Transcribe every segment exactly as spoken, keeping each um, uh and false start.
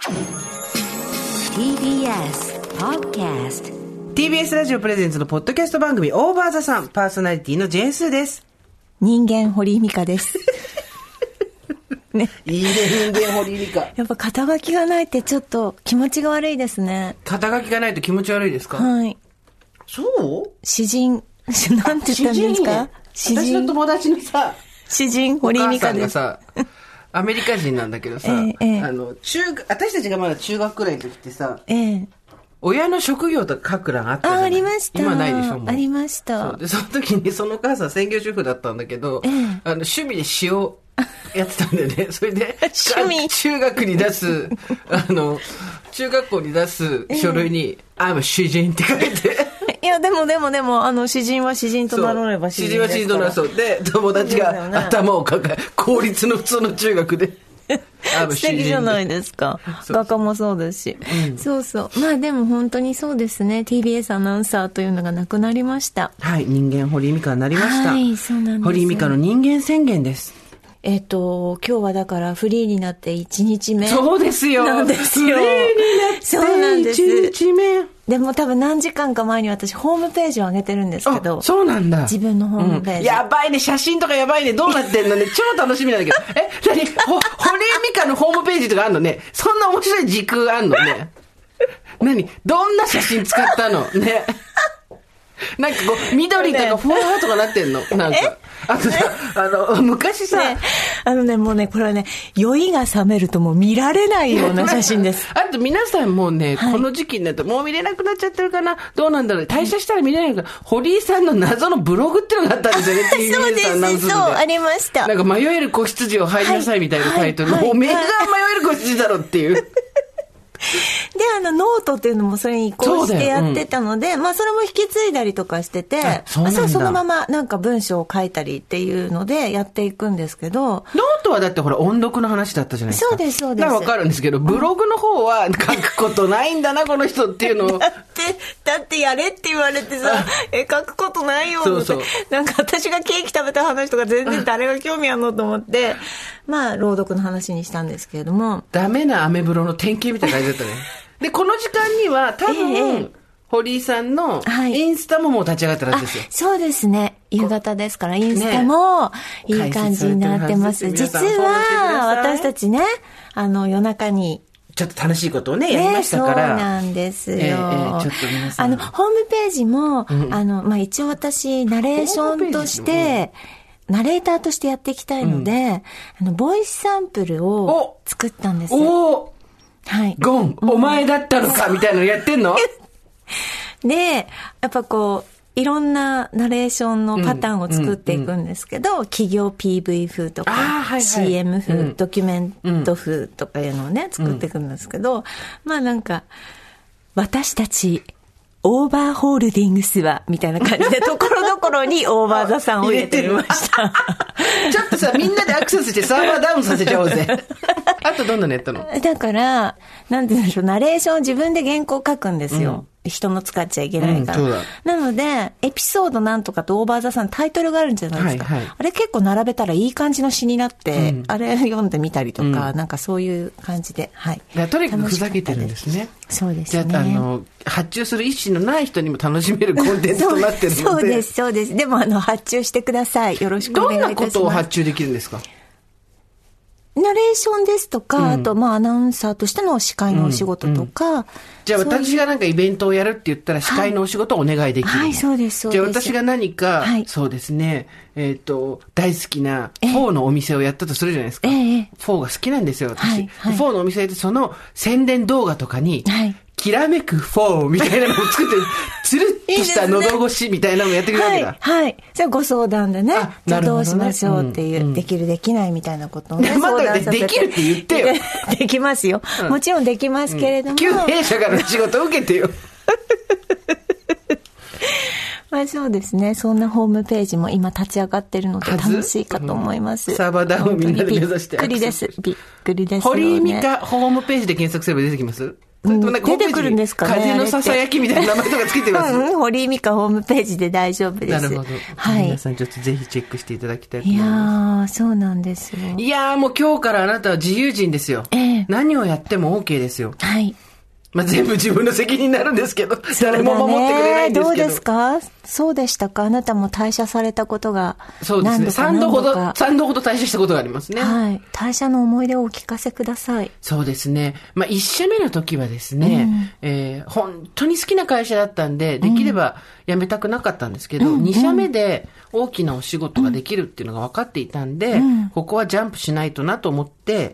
ティービーエス Podcast。 ティービーエス ラジオプレゼンツのポッドキャスト番組オーバーザさん、パーソナリティのジェーンスーです。 人間堀井美香ですね、 いいね、人間堀井美香。 やっぱ肩書きがないってちょっと気持ちが悪いですね。 肩書きがないと気持ち悪いですか？ はい。 そう詩人なんて言ったんですか？ 詩人。私の友達のさ、 詩人堀井美香です。 お母さんがさ、アメリカ人なんだけどさ、ええ、あの中私たちがまだ中学くらいの時ってさ、ええ、親の職業とか書く欄あったじゃない。 あ, ありました。 今ないでしょ。もうありました。 そうで、その時にそのお母さん専業主婦だったんだけど、ええ、あの趣味で詩をやってたんだよね。それで趣味中学に出すあの中学校に出す書類に、ええ、I'm 詩人って書いていやでもでもでもあの詩人は詩人と名乗れば詩人ですから。 詩人は詩人と名乗ればそうで、友達が頭を抱え、公立の普通の中学で素敵じゃないですか。画家もそうですし、うん、そうそう。まあでも本当にそうですね。 ティービーエス アナウンサーというのがなくなりました。 はい、人間堀井美香になりました。 はい、そうなんです。 堀井美香の人間宣言です。 えっと今日はだからフリーになっていちにちめ。 そうですよ。 なんですよ。 フリーになっていちにちめ。 でも多分何時間か前に私ホームページを上げてるんですけど。 そうなんだ。 自分のホームページ、 うん、やばいね、写真とかやばいね、どうなってんのね超楽しみなんだけどえ、何ほ堀井美香のホームページとかあんのね。そんな面白い時空あんのね。何どんな写真使ったのね。なんかこう緑とかふわーとかなってんの、なんかあとさ、あの昔さ、 ね、あのねもうねこれはね酔いが冷めるともう見られないような写真です。 あと皆さんもうね、はい、この時期になるともう見れなくなっちゃってるかな、どうなんだろう、退社したら見れないのか、うん、堀井さんの謎のブログっていうのがあったんですよね。 そうです、そうありました。 なんか迷える子羊を入りなさいみたいなタイトル、はいはいはい、もう目が迷える子羊だろっていうであのノートっていうのもそれに移行してやってたので、うん、まあそれも引き継いだりとかしてて、そうなんだ。まあ、そのままなんか文章を書いたりっていうのでやっていくんですけど、ノートはだってほら音読の話だったじゃないですか。 そうですそうです。 だから分かるんですけど、ブログの方は書くことないんだなこの人っていうのをだってだってやれって言われてさえ書くことないよって。そうそう、なんか私がケーキ食べた話とか全然誰が興味あるのと思ってまあ朗読の話にしたんですけれども、 ダメなアメブロの典型みたいな感じだったね。でこの時間には多分、えー、堀井さんのインスタももう立ち上がったらですよ、はい、 そうですね、夕方ですからインスタもいい感じになってます、ね、実は私たちねあの夜中にちょっと楽しいことをねやりましたから、 ね、そうなんですよ、えーえー、ちょっと皆さんあのホームページも、うん、あのまあ、一応私ナレーションとしてナレーターとしてやっていきたいので、うん、あのボイスサンプルを作ったんです。 おはい、 ゴン、お前だったのかみたいなのやってんので、やっぱこういろんなナレーションのパターンを作っていくんですけど、うんうんうん、企業 ピーブイ 風とか、はいはい、シーエム 風、うん、ドキュメント風とかいうのをね作っていくんですけど、うん、まあなんか私たちオーバーホールディングスはみたいな感じでところどころにオーバーザさんを入れてみましたちょっとさみんなでアクセスしてサーバーダウンさせちゃおうぜあとどんなのやったの？だからなんて言うんでしょう、ナレーションを自分で原稿書くんですよ、うん、人の使っちゃいけないから、うん、なのでエピソードなんとかとオーバーザさんタイトルがあるんじゃないですか、はいはい、あれ結構並べたらいい感じの詩になって、うん、あれ読んでみたりとか、うん、なんかそういう感じで、はい、 とにかくふざけてるんですね。 そうですね。 じゃあ、あの発注する意思のない人にも楽しめるコンテンツとなってるのでそうですそうです。でもあの発注してください。よろしくお願いいたします。 どんなことを発注できるんですか？ ナレーションですとか、うん、あとまあアナウンサーとしての司会のお仕事とか、うんうん、 じゃあ私がなんかイベントをやるって言ったら司会のお仕事をお願いできる、 はい、はい、そうですそうです。 じゃあ私が何か、はい、そうですね、えっと大好きなフォーのお店をやったとするじゃないですか、えー、フォーが好きなんですよ私、はいはい、フォーのお店でその宣伝動画とかに、はい、きらめくフォーみたいなのを作ってつるっとした喉越しみたいなのをやってくれるわけだ。 はい、はい、じゃあご相談でね、じゃあどうしましょうっていう、うんうん、できるできないみたいなことをね相談させて。 できるって言ってよできますよ、うん、もちろんできますけれども、 旧弊社からの仕事を受けてよまあそうですね、そんなホームページも今立ち上がってるので楽しいかと思います、 うん、サーバーダウンをみんなで目指してびっくりですびっくりですよね。 堀井美香ホームページで検索すれば出てきます？ うん、出てくるんですかね。 風のささやきみたいな名前とかつけてます。 うん、堀井美香ホームページで大丈夫です。 なるほど。はい。皆さんちょっとぜひチェックしていただきたいと思います。 いやー、そうなんですよ。 いやー、もう今日からあなたは自由人ですよ。ええ、何をやっても OK ですよ。 はい。 まあ、全部自分の責任になるんですけど、誰も守ってくれないんですけど。 どうですか？そうでしたか？あなたも退社されたことがそうですね。さんどほど、さんどほど退社したことがありますね。 はい。退社の思い出をお聞かせください。 そうですね。まあ、いっ社目の時はですね、うん、えー、本当に好きな会社だったんで、できれば辞めたくなかったんですけど、うん、に社目で大きなお仕事ができるっていうのが分かっていたんで、うん、ここはジャンプしないとなと思って、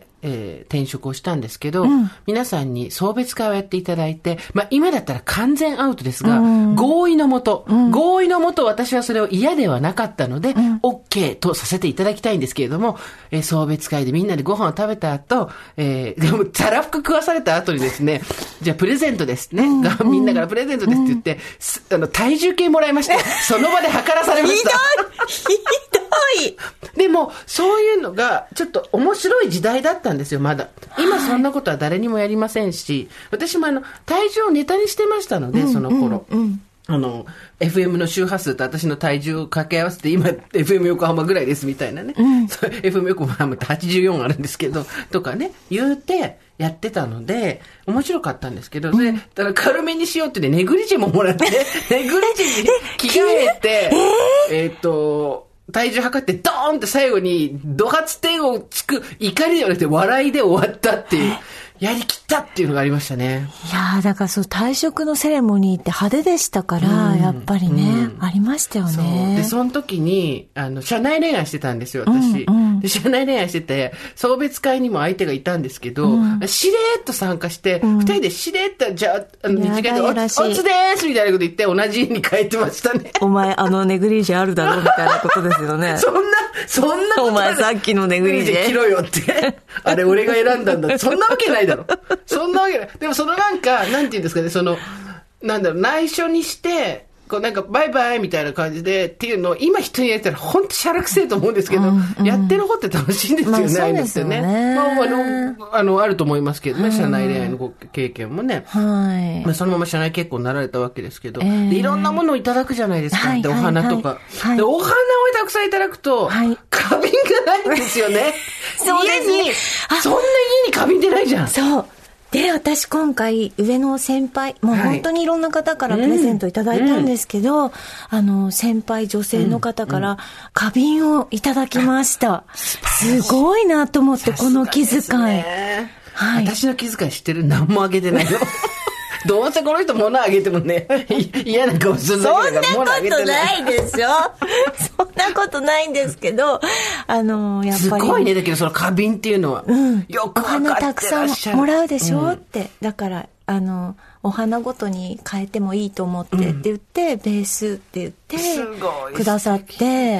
えー、転職をしたんですけど、うん、皆さんに送別会をやっていただいて、まあ今だったら完全アウトですが、うん、合意のもと、うん、合意のもと私はそれを嫌ではなかったので、うん、OK とさせていただきたいんですけれども、えー、送別会でみんなでご飯を食べた後、えー、でもたらふく食わされた後にですね、じゃあプレゼントですね、うん、みんなからプレゼントですって言って、うん、あの体重計もらいまして、その場で測らされました。 ひどいひどいでも、そういうのが、ちょっと面白い時代だったんですよ、まだ。今そんなことは誰にもやりませんし、私もあの、体重をネタにしてましたので、その頃。うんうんうん、あの、エフエム の周波数と私の体重を掛け合わせて、今、エフエム 横浜ぐらいですみたいなね。うん、エフエム 横浜ってはちじゅうよんあるんですけど、とかね、言うて、やってたので、面白かったんですけど、それ、ただ軽めにしようってね、ネグリジェももらって、ネグリジェに着替えて、えーっと、体重測ってドーンって最後にド発点をつく怒りではなくて笑いで終わったっていう、やりきったっていうのがありましたね。 いやー、だからそう退職のセレモニーって派手でしたから、うん、やっぱりね、うん、ありましたよね。 そうでその時にあの社内恋愛してたんですよ私、うんうん、で社内恋愛してて送別会にも相手がいたんですけど、うん、しれーっと参加して、うん、ふたりでしれーっとじゃああの二次会でおつでーすみたいなこと言って同じ家に帰ってましたね。 お前あのネグリジェあるだろみたいなことですよね。 そんなそんなことお前さっきのネグリジェ着ろよってあれ俺が選んだんだそんなわけないだろそんなわけない。でもそのなんかなんていうんですかね、そのなんだろう、内緒にしてこうなんかバイバイみたいな感じでっていうのを今人にやったら本当しゃらくせえと思うんですけど、うんうん、やってる方って楽しいんですよね、まあ、そうですよね。まあ、あのあのあると思いますけどね、社内恋愛の経験もね、はいまあ、そのまま社内結婚になられたわけですけど、えー、でいろんなものをいただくじゃないですか、はい、でお花とか、はい、でお花をたくさんいただくと、はい、花瓶がないんですよね。そうですね。家にそんな家に花瓶ってないじゃん。 そうで、私今回上の先輩、もう本当にいろんな方からプレゼントいただいたんですけど、はいうん、あの、先輩女性の方から花瓶をいただきました。うんうん、すごいなと思って、この気遣い。 はい、私の気遣い知ってる？何もあげてないの。どうせこの人物あげてもね、嫌な顔するだけだから物あげてない。 そんなことないですよ。そんなことないんですけど、あの、やっぱり。 すごいね、だけどその花瓶っていうのは。うん。よく分かってらっしゃる。 お花たくさんもらうでしょ、うん、って。だから、あの、お花ごとに変えてもいいと思ってって言って、うん、ベースって言って、くださって、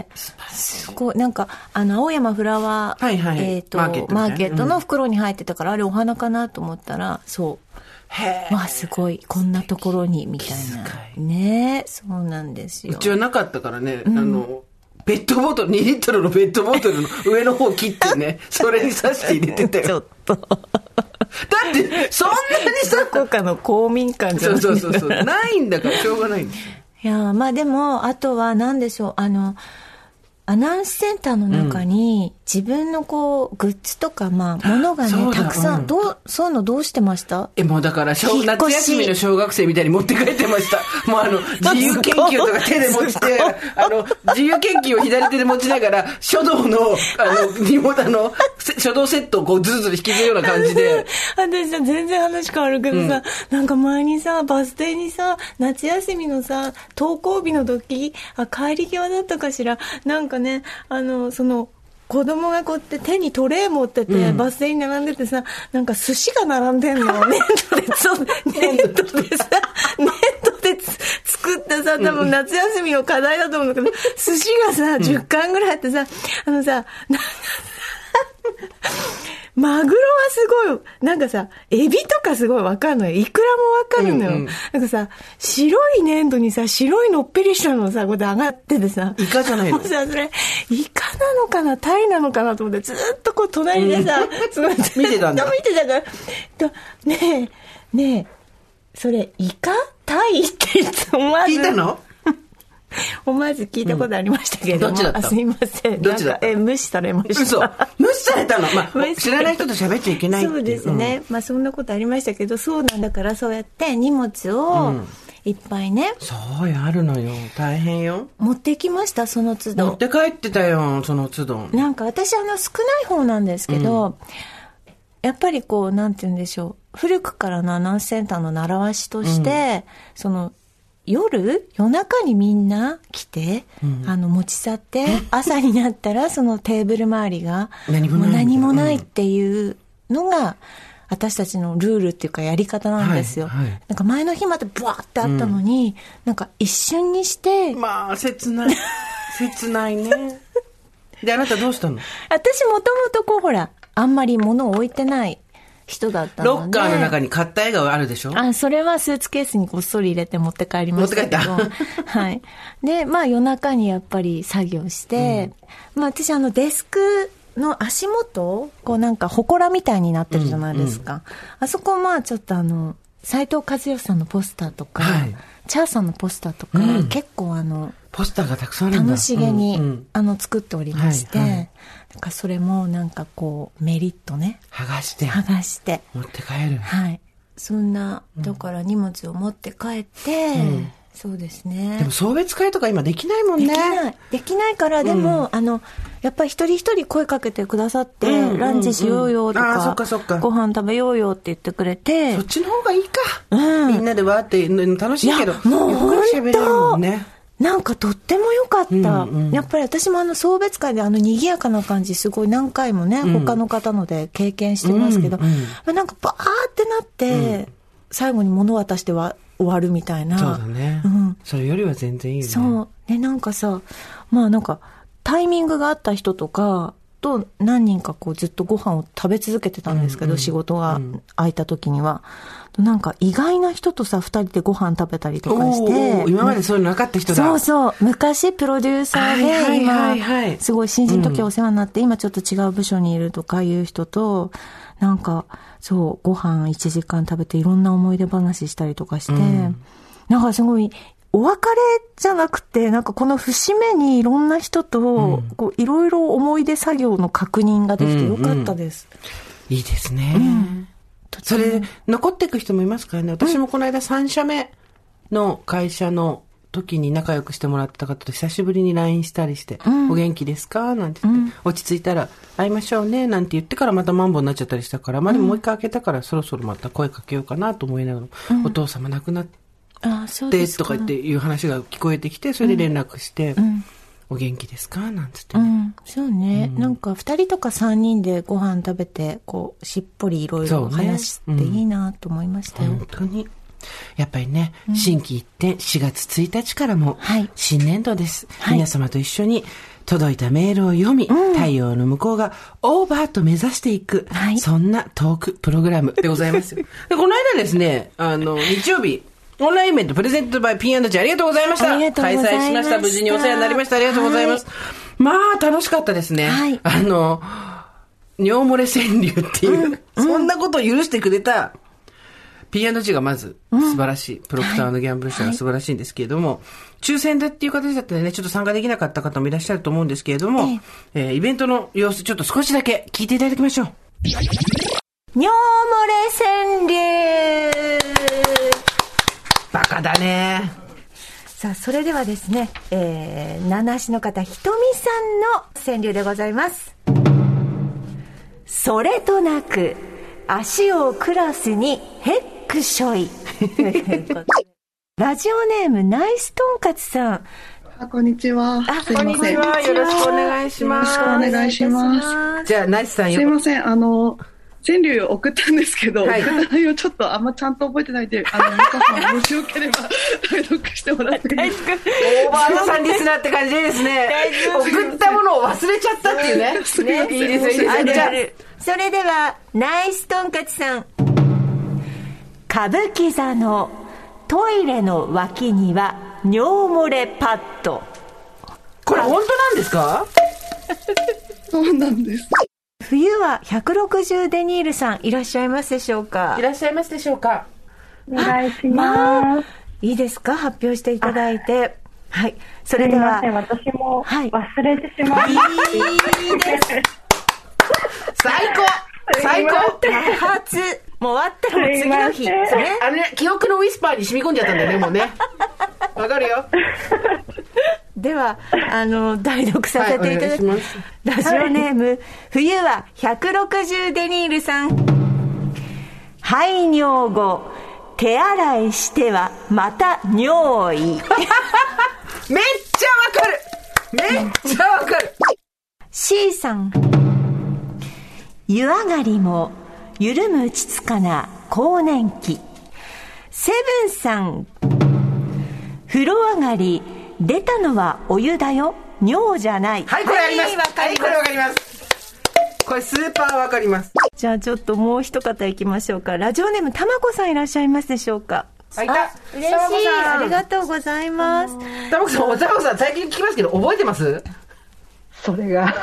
すごい、なんか、あの、青山フラワー、はいはい、えっと、マーケット、マーケットの袋に入ってたから、あれお花かなと思ったら、そう。わあすごいこんなところにみたいなね。そうなんですよ。 うちはなかったからね、うん、あのペットボトルにリットルのペットボトルの上の方切ってねそれに刺して入れてたよ。ちょっとだってそんなにさどこかの公民館じゃないそうそうそうそうないんだからしょうがないんです。 いやまあでもあとは何でしょう、あのアナウンスセンターの中に自分のこうグッズとかまあ物がねたくさん、うん、どうそういうのどうしてました？ えもうだから小夏休みの小学生みたいに持って帰ってました。もうあの自由研究とか手で持ちてあの自由研究を左手で持ちながら書道のあの荷物の書道セットをこうずるずる引きずるような感じで私さ全然話変わるけどさ、うん、なんか前にさバス停にさ夏休みのさ登校日の時あ帰り際だったかしらなんかねあのその子供がこうやって手にトレー持ってて、うん、バス停に並んでてさなんか寿司が並んでんのネットでそうネットでさネットで作ったさ多分夏休みの課題だと思うんだけど、うん、寿司がさじゅっ貫ぐらいあってさあのさマグロはすごい、なんかさ、エビとかすごいわかるのよ。イクラもわかるのよ。うんうん、なんかさ、白い粘土にさ、白いのっぺりしたのさ、こうやって上がっててさ。 イカじゃないの？ もうさ、それ、イカなのかなタイなのかなと思って、ずっとこう隣でさ、すごい見てたんだ。 見てたから。ねえ、ねえ、それ、イカタイって思わず。 聞いたの？ 思わず聞いたことありましたけども、うん、 どっちだった？ あ、すいません。 どっちだった？ え、無視されました。 嘘。無視されたの。まあ、知らない人と喋っちゃいけないっていう。 そうですね。うん、まあ、そんなことありましたけど、そうなんだから、そうやって荷物をいっぱいね。 うん、そうやるのよ。大変よ。 持ってきました、その都度。 持って帰ってたよ、その都度。 なんか私、あの、少ない方なんですけど、うん、やっぱりこう、なんて言うんでしょう。古くからのアナウンスセンターの習わしとして、うん、その、夜夜中にみんな来て、うん、あの持ち去って朝になったらそのテーブル周りが何もない、 もう何もないっていうのが私たちのルールっていうかやり方なんですよ、はいはい、なんか前の日までブワーってあったのに、うん、なんか一瞬にしてまあ切ない切ないねであなたどうしたの？ 私もともとこうほらあんまり物を置いてない人だったので、 ロッカーの中に買った絵があるでしょ？ あ、それはスーツケースにこっそり入れて持って帰りましたけど。持って帰ったはい。で、まあ夜中にやっぱり作業して、うん、まあ私あのデスクの足元、こうなんか祠みたいになってるじゃないですか。うんうん、あそこまあちょっとあの、斉藤和義さんのポスターとか、はい、チャーさんのポスターとか、うん、結構あの、 ポスターがたくさんあるんだ。 楽しげに、うんうん、あの作っておりまして、 はいはい、 なんかそれもなんかこうメリットね剥がして剥がして持って帰る。 はい。そんなだから荷物を持って帰って、うん、そうですね。 でも送別会とか今できないもんね。 できないできないからでも、うん、あのやっぱり一人一人声かけてくださって、うんうんうん、ランチしようよとか、 あ、そっかそっか、 ご飯食べようよって言ってくれて、 そっちの方がいいか。 うん、 みんなでわーって楽しいけど、 もう本当ね。 なんかとっても良かった、うんうん、やっぱり私もあの送別会であの賑やかな感じすごい何回もね、うん、他の方ので経験してますけど、うんうん、なんかバーってなって、うん、最後に物渡しては終わるみたいな。 そうだね、うん、それよりは全然いいよね。 そうでなんかさ、まあなんかタイミングがあった人とかと何人かこうずっとご飯を食べ続けてたんですけど、うんうん、仕事が空いた時にはなんか意外な人とさ二人でご飯食べたりとかして、 今までそういうのなかった人だ。 そうそう昔プロデューサーで、はいはいはいはい、今すごい新人の時はお世話になって、うん、今ちょっと違う部署にいるとかいう人となんかそうご飯いちじかん食べていろんな思い出話したりとかして、うん、なんかすごいお別れじゃなくてなんかこの節目にいろんな人といろいろ思い出作業の確認ができてよかったです、 うんうん、いいですね、うん、それ残っていく人もいますからね。私もこの間さん社目の会社の時に仲良くしてもらった方と久しぶりに ライン したりして、うん、お元気ですかなんて言って、うん、落ち着いたら会いましょうねなんて言ってからまたマンボウになっちゃったりしたから、まあでももう一回開けたからそろそろまた声かけようかなと思いながら、うん、お父様亡くなってああそうでですかとか言っていう話が聞こえてきて、それで連絡して、うんうん、お元気ですかなんつってね、うん、 そうね、うん、なんかふたりとかさんにんでご飯食べてこうしっぽりいろいろ話していいなと思いましたよ、 ね、うん、本当にやっぱりね、うん、心機一転しがつついたちからも新年度です、はい、皆様と一緒に届いたメールを読み、うん、太陽の向こうがオーバーと目指していく、はい、そんなトークプログラムでございますよでこの間ですね、あの日曜日オンラインイベントプレゼントバイ ピーアンドジー ありがとうございました。開催しました。無事にお世話になりました。ありがとうございます。はい、まあ楽しかったですね。はい、あの尿漏れ川柳っていう、うん、そんなことを許してくれた ピーアンドジー がまず素晴らしい、うん、プロクターのギャンブル社が素晴らしいんですけれども、はい、抽選でっていう形だったらねちょっと参加できなかった方もいらっしゃると思うんですけれども、えええー、イベントの様子ちょっと少しだけ聞いていただきましょう。 尿漏れ川柳バカだね。 さあそれではですね、えー、七足の方ひとみさんの川柳でございます。それとなく足をクラスにヘックショイラジオネームナイストンカツさん。 あ、こんにちは。 あ、こんにちは。よろしくお願いします。 よろしくお願いします。 じゃあナイスさんよ。 すいません、あの川柳を送ったんですけど、はい、送った内容ちょっとあんまちゃんと覚えてないんで、あの、皆さんもしよければ代読してもらっていいですか。 オーバードさんリスナーって感じでですね、送ったものを忘れちゃったっていうね。ね、いいですよ、いいですよ。じゃあ、 それでは、ナイストンカツさん。歌舞伎座のトイレの脇には尿漏れパッド。 これ本当なんですか？ そうなんです。 冬はひゃくろくじゅうデニールさんいらっしゃいますでしょうか？ いらっしゃいますでしょうか？ お願いします、まあ、 いいですか、発表していただいて。はい、それでは。 すいません、私も忘れてしまいました、はい、いいです最高最高多発もう終わったら次の日、ね、 あのね、記憶のウィスパーに染み込んじゃったんだよね、もうね。わかるよ。 では、あの、代読させていただきます。ラジオネーム、はい、冬はひゃくろくじゅうデニールさん。排尿後、手洗いしてはまた尿意。めっちゃわかるめっちゃわかる C さん。湯上がりも緩むちつかな更年期。セブンさん。風呂上がり出たのはお湯だよ、尿じゃない。 はい、これあります。はい、これわかります。これスーパーわかります。 じゃあちょっともう一方行きましょうか。ラジオネームたまこさんいらっしゃいますでしょうか？ あ、いた。 嬉しい。ありがとうございます。 たまこさん、たまこさん最近聞きますけど覚えてます？ それが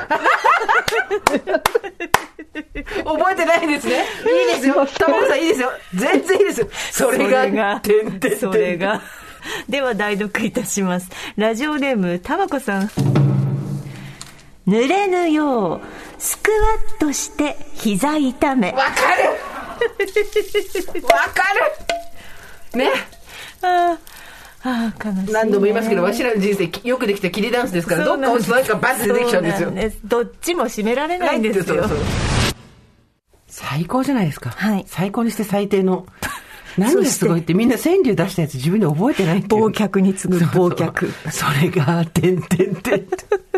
覚えてないですね。いいですよ。たまこさんいいですよ。全然いいですよ。それがてんてんそれがでは代読いたします。ラジオネームたまこさん。濡れぬようスクワットして膝痛め。 わかるわかるね。 ああ、悲しいね。 何度も言いますけど、わしらの人生よくできたキリダンスですから、どっか押すとなんかバッて出てきちゃうんですよ。 ですどっちも締められないんですよ。そうそう、 最高じゃないですか、 はい、 最高にして最低の何がすごいって、みんな川柳出したやつ自分で覚えてないっていう。 忘却に次ぐ忘却。 それがてんてんてん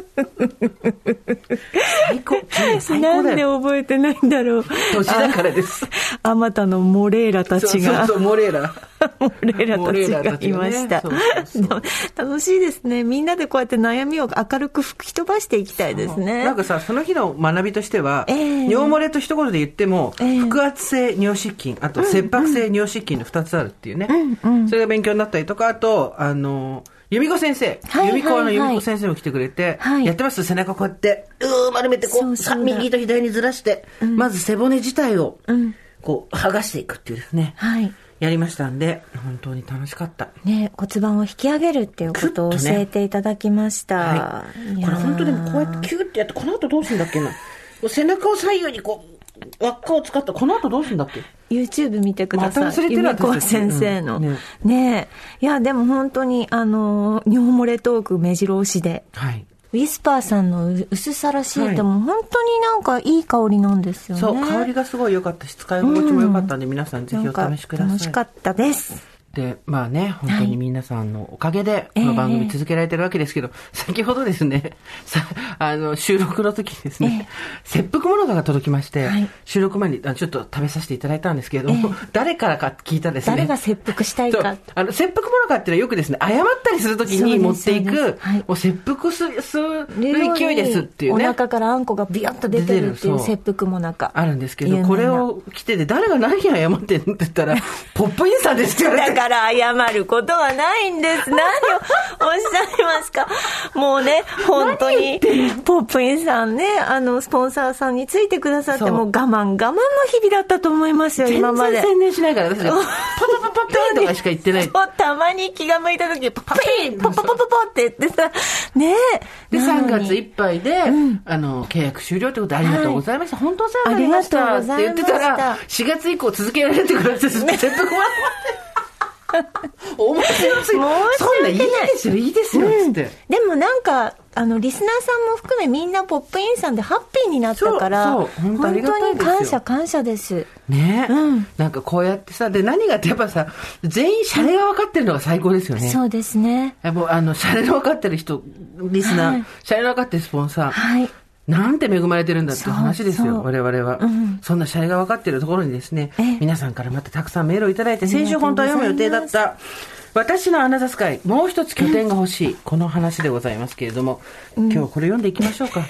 最高、最高だよ。 なんで覚えてないんだろう。 年だからです。 あまたのモレーラたちが。 そうそうそう、モレーラモレーラたちがいました、ね、そうそうそう。楽しいですね。みんなでこうやって悩みを明るく吹き飛ばしていきたいですね。 なんかさ、その日の学びとしては、えー、尿漏れと一言で言っても、えー、腹圧性尿失禁、あと切迫性尿失禁のふたつあるっていうね、うんうん、それが勉強になったりとか、あとあの由美子先生、はい、由美子の由美子先生も来てくれて、はい、やってます。背中こうやってうー丸めてこう、そうそう右と左にずらして、うん、まず背骨自体をこう剥がしていくっていうですね、はい、やりましたんで、本当に楽しかった、 ね、骨盤を引き上げるっていうことを教えていただきました、ね、はい、 これ本当でもこうやってキューってやって、この後どうするんだっけな、背中を左右にこう輪っかを使ったこの後どうするんだっけ。 YouTube 見てください。 また忘れてる。 由美子先生の、うん、ね, ねえ、いやでも本当にあの尿漏れトーク目白押しで、はい、ウィスパーさんの薄さらシートも本当になんかいい香りなんですよね。 そう、香りがすごい良かったし、使い心地も良かったんで、うん、皆さんぜひお試しください。 楽しかったです。 で、まあね、本当に皆さんのおかげで、この番組続けられてるわけですけど、えー、先ほどですね、さあの、収録の時にですね、えー、切腹もなかが届きまして、はい、収録前にちょっと食べさせていただいたんですけれども、えー、誰からか聞いたですね。 誰が切腹したいか。 あの、切腹もなかっていうのはよくですね、謝ったりする時に持っていく、はい、もう切腹する勢いですっていうね。 お腹からあんこがビヨッと出てるっていう切腹もなか。 あるんですけど、これを着てて、誰が何謝ってんのって言ったら、ポップインさんですって言われて。 だから謝ることはないんです。何をおっしゃいますか。もうね、本当にポップインさんね、あのスポンサーさんについてくださって、もう我慢我慢の日々だったと思いますよ。今まで全然宣伝しないから、私がパパパパピンとかしか言ってない。 たまに気が向いた時パピンパパパパパって言ってさねえ。 でさんがついっぱいで、うん、あの契約終了ってことでありがとうございました、はい、本当お世話になりましたって言ってたら、しがつ以降続けられてくれて全部困って面白すぎる。そんないいですよいいですよつって、うん、 でもなんかあのリスナーさんも含めみんなポップインさんでハッピーになったから、そうそう本当に感謝感謝ですね、うん、なんかこうやってさ、で何がってやっぱさ、全員シャレが分かってるのが最高ですよね。 そうですね。 もうあのシャレの分かってる人リスナー、はい、シャレの分かってるスポンサー、はい、 なんて恵まれてるんだっていう話ですよ、そうそう我々は、うん、そんなシャイが分かっているところにですね、皆さんからまたたくさんメールをいただいて、先週本当は読む予定だった私のアナザースカイ、もう一つ拠点が欲しい、うん、この話でございますけれども、うん、今日これ読んでいきましょうか。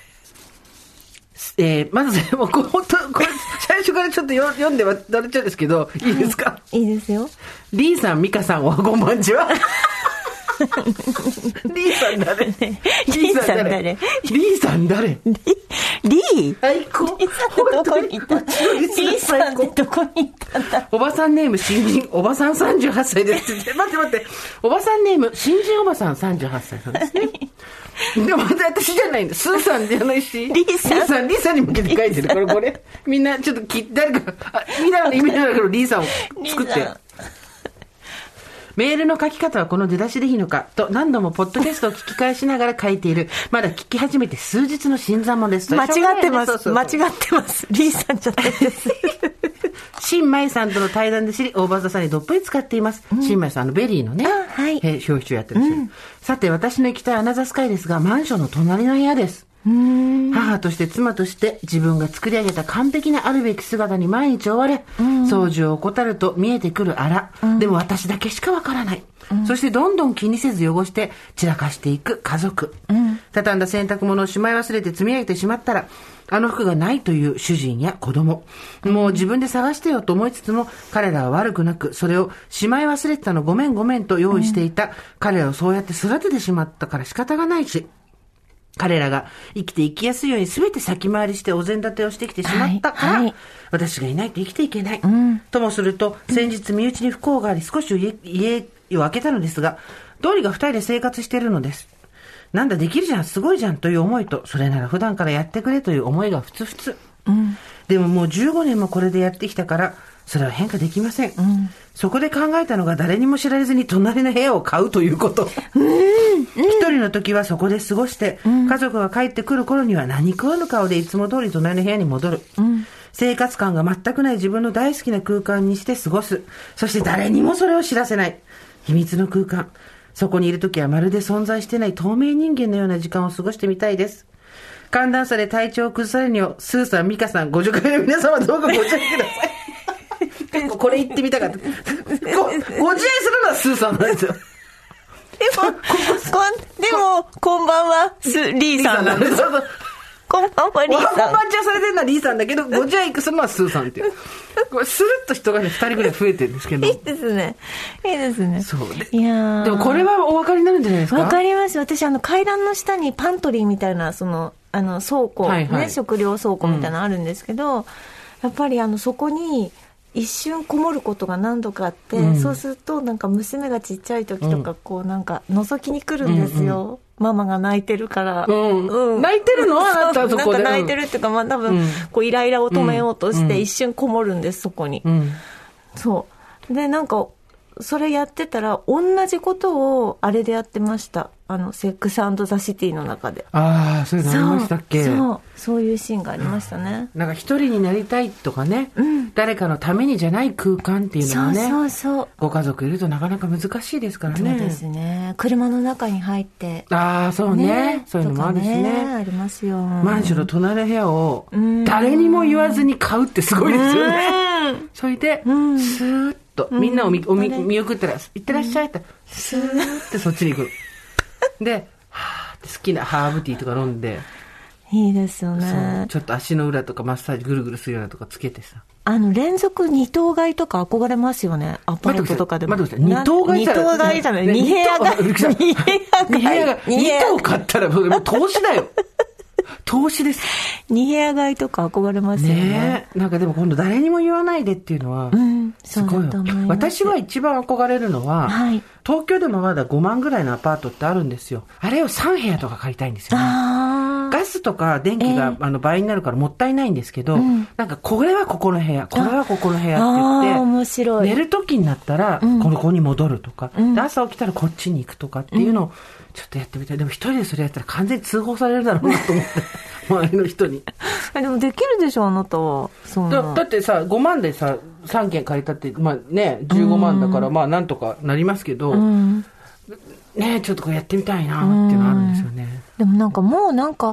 えー、まずね、もうこれ、これ最初からちょっと読んではだれちゃうんですけど、いいですか？ はい、いいですよ。 リーさん、ミカさん、おはこんばんちは。リーさん誰？リーさん誰？ リーさん誰？リリー？ 最高。 リーさんってどこにいた？リーさんってどこにいたんだ？ おばさんネーム新人おばさんさんじゅうはっさいですって。待って待って。おばさんネーム新人おばさんさんじゅうはっさいさんですね。でも私じゃないんだ。スーさんじゃないし。 リーさん。 リーさん、リーさんに向けて書いてる。これこれ。みんなちょっとき誰かあみんなの意味なんだけどリーさんを作って。メールの書き方はこの出だしでいいのかと何度もポッドキャストを聞き返しながら書いている。まだ聞き始めて数日の新参者です。 間違ってます。そうそうそう間違ってます。リーさんじゃないです。 新米さんとの対談で知り、大場さんにどっぷり使っています。うん、新米さんのベリーのね、 はい、 えー、表紙をやってるんですよ、うん。さて、私の行きたいアナザースカイですが、マンションの隣の部屋です。うーん母として妻として自分が作り上げた完璧なあるべき姿に毎日追われ、うん、掃除を怠ると見えてくるあら、うん、でも私だけしかわからない、うん、そしてどんどん気にせず汚して散らかしていく家族、うん、畳んだ洗濯物をしまい忘れて積み上げてしまったらあの服がないという主人や子供、もう自分で探してよと思いつつも彼らは悪くなく、それをしまい忘れてたのごめんごめんと用意していた、うん、彼らをそうやって育ててしまったから仕方がないし、彼らが生きていきやすいように全て先回りしてお膳立てをしてきてしまったから、はいはい、私がいないと生きていけない、うん、ともすると先日身内に不幸があり少し家、家を空けたのですが、どうにか二人で生活しているのです。なんだできるじゃんすごいじゃんという思いと、それなら普段からやってくれという思いがふつふつ、うん、でももうじゅうごねんもこれでやってきたからそれは変化できません、うん、そこで考えたのが誰にも知られずに隣の部屋を買うということ、うんうん、一人の時はそこで過ごして、うん、家族が帰ってくる頃には何食わぬ顔でいつも通り隣の部屋に戻る、うん、生活感が全くない自分の大好きな空間にして過ごす。そして誰にもそれを知らせない秘密の空間、そこにいるときはまるで存在してない透明人間のような時間を過ごしてみたいです。寒暖差で体調を崩されるには、スーさん、ミカさん、ご助会の皆様どうかご自愛ください。これ言ってみたかった。ご、ご自愛するのはスーさんなんですよ。 でも、こでも、こんばんは、ス、リーさんなんです。こんばんは、リーさん。 こんばんちはされてるのはリーさんだけど、ご自愛するのはスーさんっていう。これスルッと人がね、ふたりぐらい増えてるんですけど。 いいですね。いいですね。 そうで。 いやでもこれはお分かりになるんじゃないですか？ わかります。私、あの、階段の下にパントリーみたいな、その、あの、倉庫、はいはい、ね、食料倉庫みたいなのあるんですけど、うん、やっぱりあの、そこに、一瞬こもることが何度かあって、うん、そうするとなんか娘がちっちゃい時とかこうなんか覗きに来るんですよ、うんうん、ママが泣いてるから、 うんうん、泣いてるのはあなたそこでなんか泣いてるっていうか、まあ、多分こうイライラを止めようとして一瞬こもるんですそこに、うん、そうでなんかそれやってたら同じことをあれでやってました。あのセックス&ザ・シティの中で。 ああ、そういうのありましたっけ？ そうそう、そういうシーンがありましたね。 なんか一人になりたいとかね、うん、誰かのためにじゃない空間っていうのはね、 そうそうそう、 ご家族いるとなかなか難しいですからね。 そうですね。車の中に入って、 ああそう ね, ねそういうのもあるし ね, ねありますよ。 マンションの隣の部屋を誰にも言わずに買うってすごいですよね。それでスーッとみんなを 見,、うん、見, 見送ったら行ってらっしゃいって、うん、スーッてそっちに行くで、はーって好きなハーブティーとか飲んで、 いいですよね。 ちょっと足の裏とかマッサージぐるぐるするようなとかつけてさ、 あの連続二棟買いとか憧れますよね。アパートとかでも。 待ってください。二棟買いじゃない。二棟買いじゃない。二部屋が。二部屋が。二棟買ったらもう投資だよ。投資です。 二部屋買いとか憧れますよね。ねえ。なんかでも今度誰にも言わないでっていうのは、うん、すごい。私は一番憧れるのは、はい、東京でもまだごまんぐらいのアパートってあるんですよ。あれをさん部屋とか借りたいんですよね。あ、ガスとか電気が、えー、あの倍になるからもったいないんですけど、うん、なんかこれはここの部屋、これはここの部屋って言って、 面白い。 寝る時になったら、うん、この子に戻るとか、うん、で朝起きたらこっちに行くとかっていうのをちょっとやってみたい。でも一人でそれやったら完全に通報されるだろうなと思って。周りの人にでもできるでしょあなたは。そんなだ, だってさごまんでささんけん借りたってまあねじゅうごまんだからまあなんとかなりますけど、うん、ねちょっとこれやってみたいなっていうのあるんですよね。 でもなんかもうなんか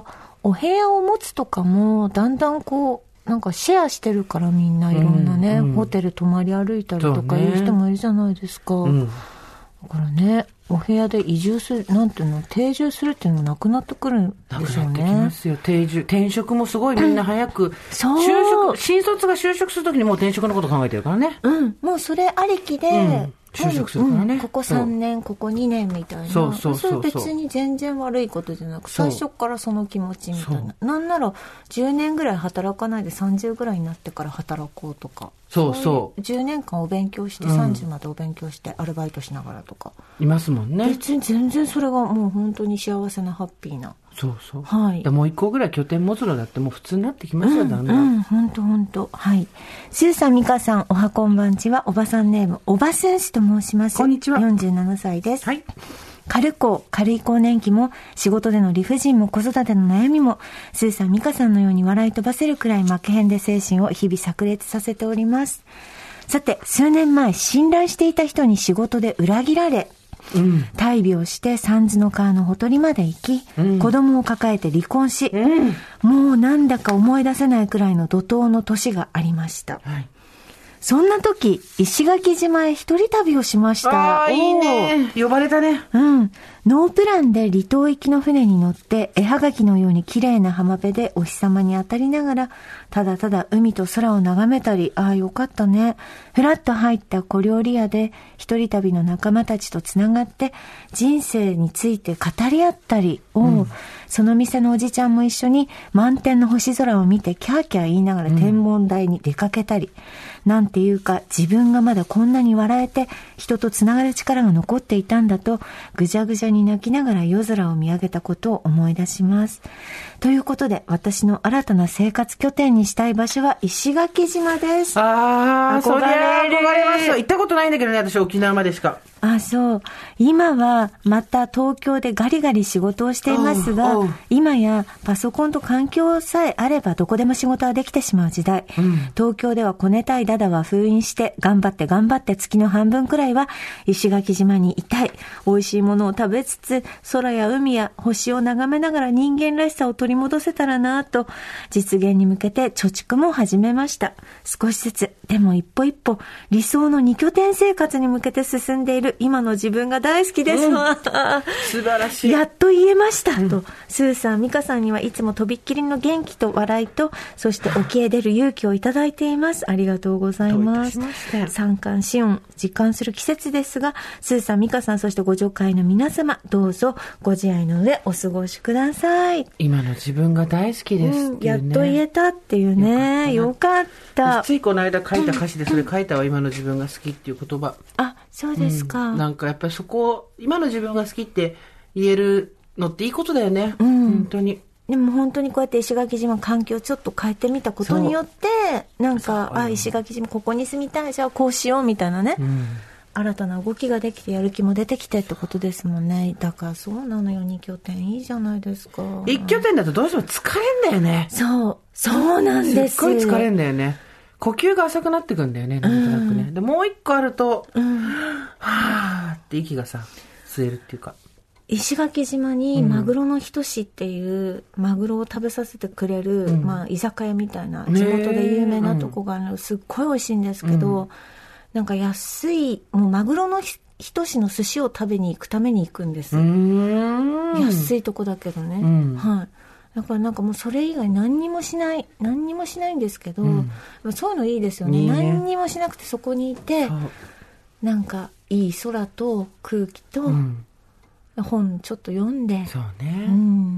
お部屋を持つとかもだんだんこうなんかシェアしてるからみんないろんなね、うんうん、ホテル泊まり歩いたりとかいう人もいるじゃないですか、うん、だからねお部屋で移住するなんていうの定住するっていうのもなくなってくるんでしょうね。なくなってきますよ。定住転職もすごいみんな早く、うん、そう就職新卒が就職するときにもう転職のこと考えてるからね。うんもうそれありきで、うん就職するからね、うん、ここさんねんここにねんみたいなそうそうそうそうそれ別に全然悪いことじゃなく最初からその気持ちみたいななんならじゅうねんぐらい働かないでさんじゅうぐらいになってから働こうとかそうそうじゅうねんかんお勉強してさんじゅうまでお勉強してアルバイトしながらとか、うん、いますもんね。別に全然それがもう本当に幸せなハッピーなそうそう、はい、でもう一個ぐらい拠点持つのだってもう普通になってきますよ、うん、だんだんうん本当本当はいスーさん美香さんおはこんばんちはおばさんネームおばせんしと申します。こんにちはよんじゅうななさいです。はい軽子軽い更年期も仕事での理不尽も子育ての悩みもスーさん美香さんのように笑い飛ばせるくらい負けへんで精神を日々炸裂させております。さて数年前信頼していた人に仕事で裏切られうん、大病して三途の川のほとりまで行き、うん、子供を抱えて離婚し、うん、もうなんだか思い出せないくらいの怒涛の年がありました、はい、そんな時石垣島へ一人旅をしました。あーいいね呼ばれたね。うんノープランで離島行きの船に乗って絵はがきのように綺麗な浜辺でお日様に当たりながらただただ海と空を眺めたりああよかったねふらっと入った小料理屋で一人旅の仲間たちとつながって人生について語り合ったり、うん、その店のおじちゃんも一緒に満天の星空を見てキャーキャー言いながら天文台に出かけたり、うん、なんていうか自分がまだこんなに笑えて人とつながる力が残っていたんだとぐじゃぐじゃに泣きながら夜空を見上げたことを思い出します。ということで私の新たな生活拠点にしたい場所は石垣島です。ああ憧れる。憧れますよ。行ったことないんだけどね私沖縄までしか。あそう今はまた東京でガリガリ仕事をしていますが、今やパソコンと環境さえあればどこでも仕事はできてしまう時代、うん、東京ではこねたいダダは封印して頑張って頑張って月の半分くらいは石垣島にいたい。美味しいものを食べつつ空や海や星を眺めながら人間らしさを取り戻せたらなと実現に向けて貯蓄も始めました。少しずつでも一歩一歩理想の二拠点生活に向けて進んでいる今の自分が大好きです、うん、素晴らしいやっと言えました、うん、とスーさん美香さんにはいつもとびっきりの元気と笑いとそして沖へ出る勇気をいただいています。ありがとうございます。三寒四温実感する季節ですがスーさん美香さんそしてご助会の皆様どうぞご自愛の上お過ごしください。今の自分が大好きですっていう、ねうん、やっと言えたっていうねよかった。ついこの間書いた歌詞でそれ書いたわ今の自分が好きっていう言葉。あそうですか、うん、なんかやっぱりそこを今の自分が好きって言えるのっていいことだよね、うん、本当に。でも本当にこうやって石垣島環境をちょっと変えてみたことによってなんかあ石垣島ここに住みたいじゃあこうしようみたいなね、うん、新たな動きができてやる気も出てきてってことですもんね。だからそうなのよに拠点いいじゃないですか。いち拠点だとどうしても疲れんだよね。そうそうなんです。すっごい疲れんだよね。呼吸が浅くなってくんだよねなんとなくね、うん、でもう一個あると、うん、はーって息がさ吸えるっていうか石垣島にマグロのひとしっていうマグロを食べさせてくれる、うんまあ、居酒屋みたいな地元で有名なとこがあるすっごい美味しいんですけど、うん、なんか安いもうマグロのひとしの寿司を食べに行くために行くんです。うーん安いとこだけどね、うん、はいだからなんかもうそれ以外何にもしない何にもしないんですけど、うん、そういうのいいですよね。いいね何にもしなくてそこにいてなんかいい空と空気と、うん、本ちょっと読んでそうね、うん、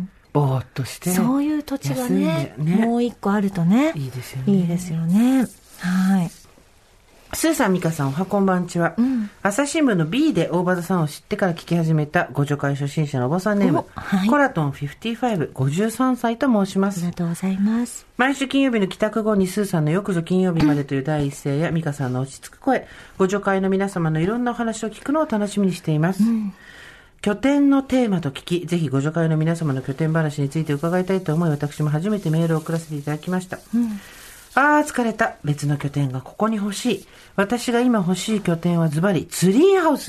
ぼーっとしてそういう土地が ね, ねもう一個あるとねいいですよね。いいですよね。はいスーさん美香さんおはこんばんちは、うん、朝日新聞の B で大場田さんを知ってから聞き始めたご助会初心者のおばさんネーム、はい、コラトンごじゅうご、ごじゅうさんさいと申します。ありがとうございます。毎週金曜日の帰宅後にスーさんのよくぞ金曜日までという第一声や美香さんの落ち着く声ご助会の皆様のいろんなお話を聞くのを楽しみにしています、うん、拠点のテーマと聞きぜひご助会の皆様の拠点話について伺いたいと思い私も初めてメールを送らせていただきました、うんあー疲れた。別の拠点がここに欲しい。私が今欲しい拠点はズバリツリーハウス。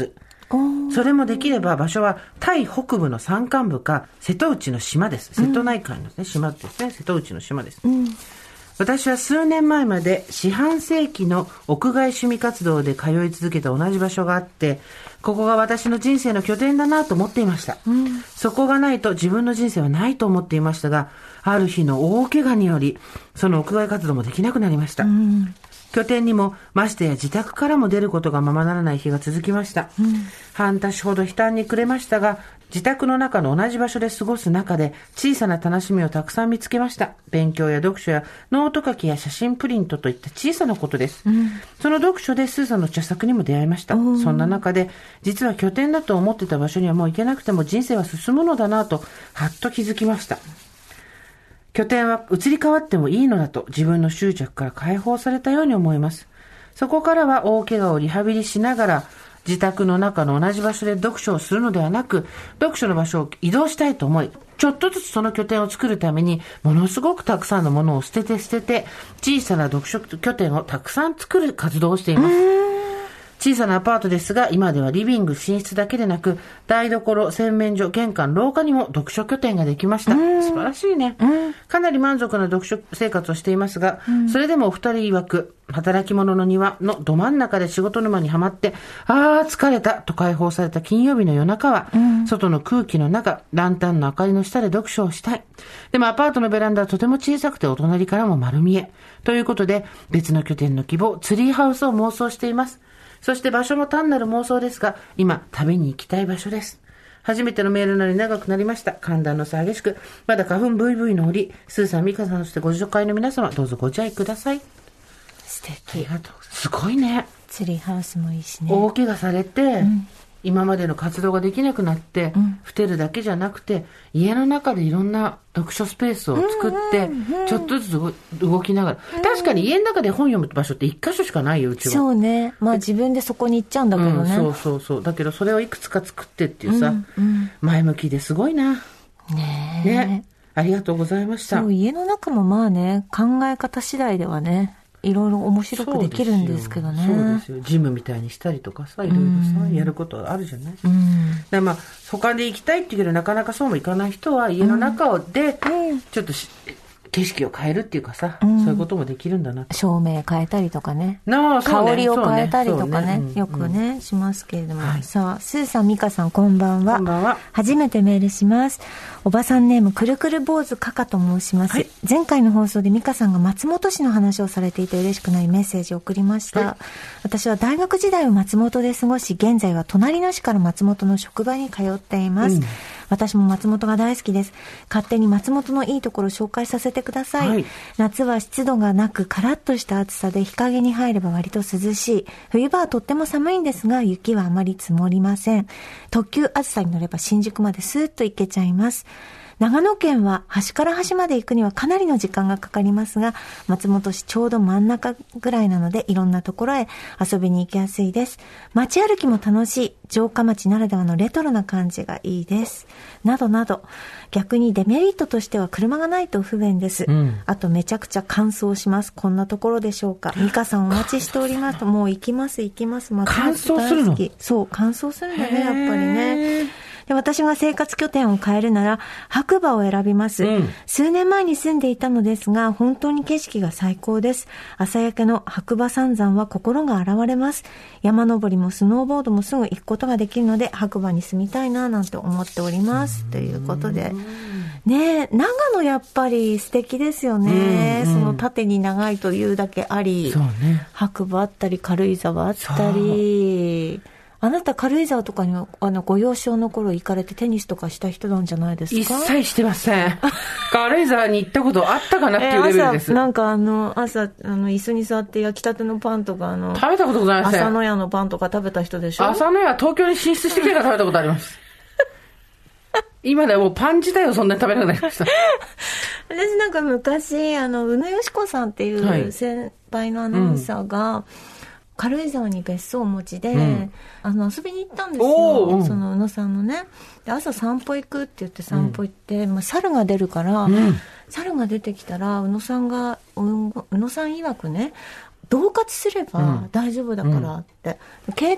それもできれば場所はタイ北部の山間部か瀬戸内の島です。瀬戸内海の、ね、島ですね。瀬戸内の島です。うん、私は数年前まで四半世紀の屋外趣味活動で通い続けた同じ場所があって、ここが私の人生の拠点だなと思っていました、うん、そこがないと自分の人生はないと思っていましたが、ある日の大怪我によりその屋外活動もできなくなりました、うん、拠点にもましてや自宅からも出ることがままならない日が続きました、うん、半年ほど悲嘆に暮れましたが、自宅の中の同じ場所で過ごす中で小さな楽しみをたくさん見つけました。勉強や読書やノート書きや写真プリントといった小さなことです、うん、その読書でスーさんの著作にも出会いました。そんな中で実は拠点だと思ってた場所にはもう行けなくても人生は進むのだなとはっと気づきました。拠点は移り変わってもいいのだと自分の執着から解放されたように思います。そこからは大怪我をリハビリしながら自宅の中の同じ場所で読書をするのではなく、読書の場所を移動したいと思い、ちょっとずつその拠点を作るためにものすごくたくさんのものを捨てて捨てて小さな読書拠点をたくさん作る活動をしています。小さなアパートですが、今ではリビング、寝室だけでなく台所、洗面所、玄関、廊下にも読書拠点ができました。素晴らしいね。かなり満足な読書生活をしていますが、それでもお二人曰く働き者の庭のど真ん中で仕事沼にはまって、あー疲れたと解放された金曜日の夜中は、うん、外の空気の中、ランタンの明かりの下で読書をしたい。でもアパートのベランダはとても小さくてお隣からも丸見え。ということで別の拠点の希望、ツリーハウスを妄想しています。そして場所も単なる妄想ですが、今旅に行きたい場所です。初めてのメールなのに長くなりました。寒暖の差激しく、まだ花粉ブイブイの折、スーさん、ミカさん、そしてご助会の皆様、どうぞご自愛ください。 素敵。 ありがとう。すごいね。 ツリーハウスもいいしね。 大怪我されて、うん、今までの活動ができなくなって、うん、ふてるだけじゃなくて、家の中でいろんな読書スペースを作って、うんうんうん、ちょっとずつ動きながら、うん、確かに家の中で本読む場所って一箇所しかないよ、うちは。 そうね。まあ自分でそこに行っちゃうんだけどね。 うん、そうそうそう。だけどそれをいくつか作ってっていうさ、うんうん、前向きですごいな。 ねえ。 ね。ありがとうございました。 そう、家の中もまあね、考え方次第ではね、いろいろ面白くできるんですけどね。 そうですよ。ジムみたいにしたりとかさ、いろいろさ、うん、やることあるじゃない。うん、でまあ他で行きたいっていうけどなかなかそうもいかない人は家の中でちょっとし、うん、景色を変えるっていうかさ、うん、そういうこともできるんだな。 照明変えたりとかね。 no, そうね香りを変えたりとか ね, ね, ね、うん、よくね、うん、しますけれども、はい、さあスーさん、ミカさん、こんばんは。 こんばんは。 初めてメールします。おばさんネームくるくる坊主かかと申します、はい、前回の放送でミカさんが松本市の話をされていて嬉しくないメッセージを送りました、はい、私は大学時代を松本で過ごし、現在は隣の市から松本の職場に通っています、うん、私も松本が大好きです。勝手に松本のいいところを紹介させてください、はい、夏は湿度がなくカラッとした暑さで日陰に入れば割と涼しい。冬場はとっても寒いんですが雪はあまり積もりません。特急あずさに乗れば新宿までスーッと行けちゃいます。長野県は端から端まで行くにはかなりの時間がかかりますが、松本市ちょうど真ん中ぐらいなのでいろんなところへ遊びに行きやすいです。街歩きも楽しい。城下町ならではのレトロな感じがいいです。などなど。逆にデメリットとしては車がないと不便です、うん、あとめちゃくちゃ乾燥します。こんなところでしょうか。ミカさんお待ちしております。もう行きます行きます。松本大好き。乾燥するの？そう、乾燥するんだね、やっぱりね。で、私が生活拠点を変えるなら白馬を選びます、うん、数年前に住んでいたのですが本当に景色が最高です。朝焼けの白馬三山は心が洗われます。山登りもスノーボードもすぐ行くことができるので白馬に住みたいななんて思っておりますということでね。長野やっぱり素敵ですよね、うんうん、その縦に長いというだけあり、そうね、白馬あったり軽井沢あったり。あなた軽井沢とかにあのご幼少の頃行かれてテニスとかした人なんじゃないですか？ 一切してません。軽井沢に行ったことあったかなっていうレベルです。 えー、朝なんかあの朝あの椅子に座って焼きたてのパンとかあの食べたことございません。 朝の屋のパンとか食べた人でしょ？ 朝の屋東京に進出してきてから食べたことあります。今ではもうパン自体をそんなに食べなくなりました。 私なんか昔あの宇野よし子さんっていう先輩のアナウンサーが、はい、うん、軽井沢に別荘をお持ちで、うん、あの遊びに行ったんですよ、うん、その宇野さんのね。で朝散歩行くって言って散歩行って、うん、まあ、猿が出るから、うん、猿が出てきたら宇野さんが宇野さん曰くね、恫喝すれば大丈夫だからって、うん、携帯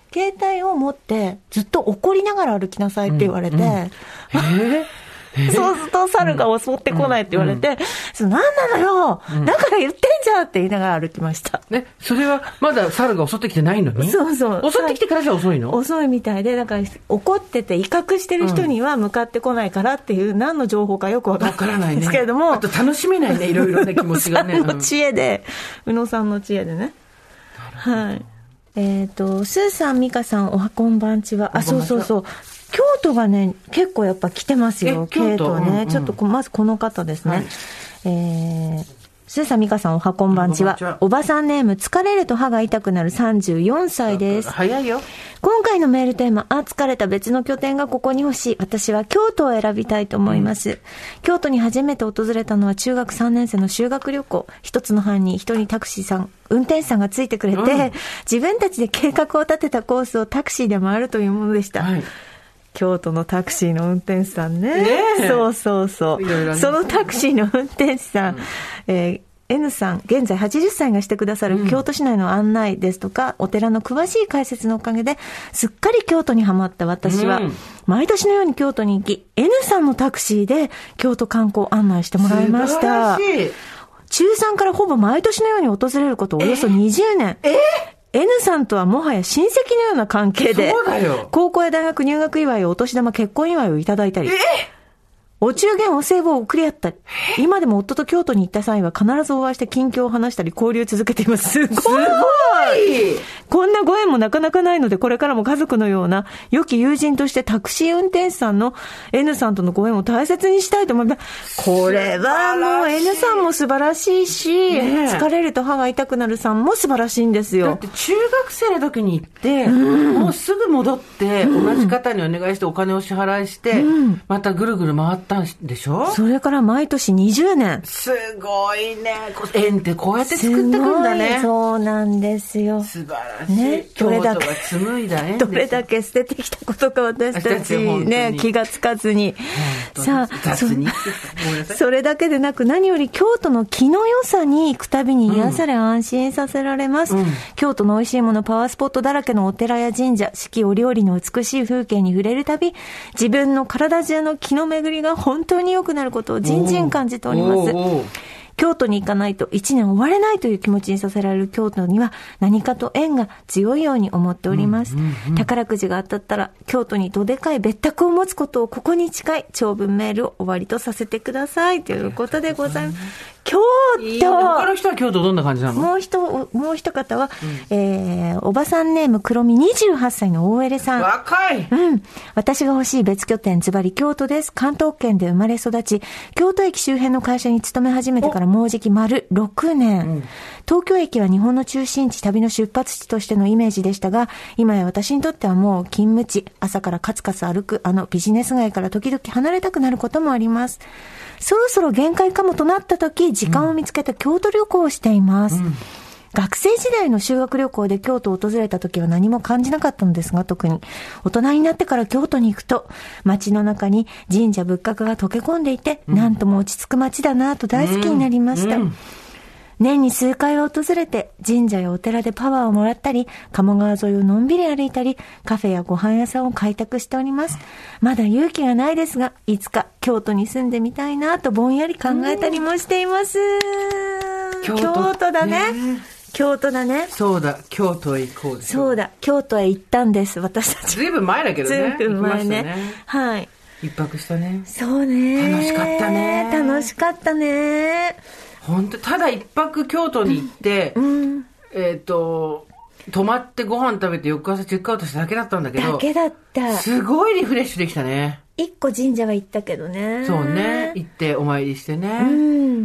携帯を持ってずっと怒りながら歩きなさいって言われて、うんうん、えーそうすると猿が襲ってこないって言われて、うんうん、何なのよ、うん、だから言ってんじゃんって言いながら歩きました。 ね、それはまだ猿が襲ってきてないのに？そうそう。襲ってきてからじゃ遅いの？ 遅いみたいで、だから怒ってて威嚇してる人には向かってこないからっていう、何の情報かよくわからないんですけれども。 あと楽しめないね、いろいろな気持ちがね。 宇野さんの知恵で、宇野さんの知恵でね。はい。えっと、スーさん、ミカさん、おはこんばんちは。あ、そうそうそう。京都がね、結構やっぱ来てますよ。京都ね、うんうん。ちょっとまずこの方ですね。はい、えー、スーサミカさんおはこんばんちは。おばさんネーム、疲れると歯が痛くなるさんじゅうよんさいです。 早いよ。 今回のメールテーマ、あ、疲れた別の拠点がここに欲しい。私は京都を選びたいと思います。うん、京都に初めて訪れたのは中学さんねん生の修学旅行。一つの班に一人タクシーさん、運転手さんがついてくれて、うん、自分たちで計画を立てたコースをタクシーで回るというものでした。はい、京都のタクシーの運転手さん ね, ねそうそうそう、いろいろね、そのタクシーの運転手さん、うん、えーN さん、現在はちじゅっさいがしてくださる京都市内の案内ですとか、うん、お寺の詳しい解説のおかげですっかり京都にはまった私は、うん、毎年のように京都に行き N さんのタクシーで京都観光案内してもらいました。中さんからほぼ毎年のように訪れることおよそにじゅうねん。ええ N さんとはもはや親戚のような関係で、高校や大学入学祝いをお年玉結婚祝いをいただいたり、えお中元お歳暮を送り合ったり、今でも夫と京都に行った際は必ずお会いして近況を話したり交流を続けています。すごい、すごいこんなご縁もなかなかないので、これからも家族のような良き友人としてタクシー運転手さんの N さんとのご縁を大切にしたいと思います。これはもう N さんも素晴らしいし、ね、疲れると歯が痛くなるさんも素晴らしいんですよ。 だって中学生の時に行って、うん、もうすぐ戻って、うん、同じ方にお願いしてお金を支払いして、うん、またぐるぐる回ってでしょ。 それから毎年にじゅうねん。 すごいね。縁ってこうやって作ってくんだね。 そうなんですよ。 素晴らしい。ね、どれだけ紡いだ縁どれだけ捨ててきたことか私たちね気がつかずに。さあそ, それだけでなく何より京都の気の良さに行くたびに癒され安心させられます。うん、京都の美味しいものパワースポットだらけのお寺や神社、四季折々の美しい風景に触れるたび、自分の体中の気の巡りが本当に良くなることをじんじん感じております。京都に行かないと一年終われないという気持ちにさせられる京都には何かと縁が強いように思っております。うんうんうん、宝くじが当たったら京都にどでかい別宅を持つことをここに誓い、長文メールを終わりとさせてくださいということでございます。京都いい他の人は京都どんな感じなの？ もう一もう一方は、うん、えー、おばさんネーム黒見にじゅうはっさいの大エレさん。 若い。 うん。私が欲しい別拠点ズバリ京都です。関東圏で生まれ育ち、京都駅周辺の会社に勤め始めてからもうじき丸ろくねん、うん。東京駅は日本の中心地、旅の出発地としてのイメージでしたが、今や私にとってはもう勤務地、朝からカツカツ歩くあのビジネス街から時々離れたくなることもあります。そろそろ限界かもとなった時、時間を見つけた京都旅行をしています。うん、学生時代の修学旅行で京都を訪れた時は何も感じなかったのですが、特に大人になってから京都に行くと、街の中に神社仏閣が溶け込んでいて、うん、なんとも落ち着く街だなと大好きになりました。うんうん、年に数回は訪れて神社やお寺でパワーをもらったり、鴨川沿いをのんびり歩いたり、カフェやご飯屋さんを開拓しております。まだ勇気がないですが、いつか京都に住んでみたいなとぼんやり考えたりもしています。京都、京都だね。ね、京都だね。 そうだ、京都へ行こうです。 そうだ、京都へ行ったんです、私たち。 ずいぶん前だけどね。 ずいぶん前ね。ね、はい。 一泊したね。 そうね。 楽しかったね。 楽しかったね。 本当、ただ一泊京都に行って、うん、えっ、ー、と泊まってご飯食べて翌朝チェックアウトしただけだったんだけど、 だけだった。 すごいリフレッシュできたね。 一個神社は行ったけどね。 そうね、行ってお参りしてね。 うん。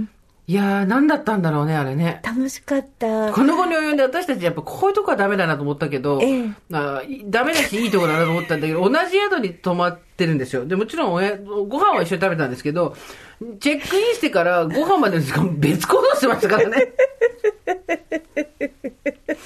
いやー、何だったんだろうね、あれね。 楽しかった。 この後に及んで私たちやっぱこういうとこはダメだなと思ったけど、ええ、あダメだしいいとこだなと思ったんだけど、同じ宿に泊まってるんですよ。でもちろんおやご飯は一緒に食べたんですけど、チェックインしてからご飯までの時間別行動してましたからね。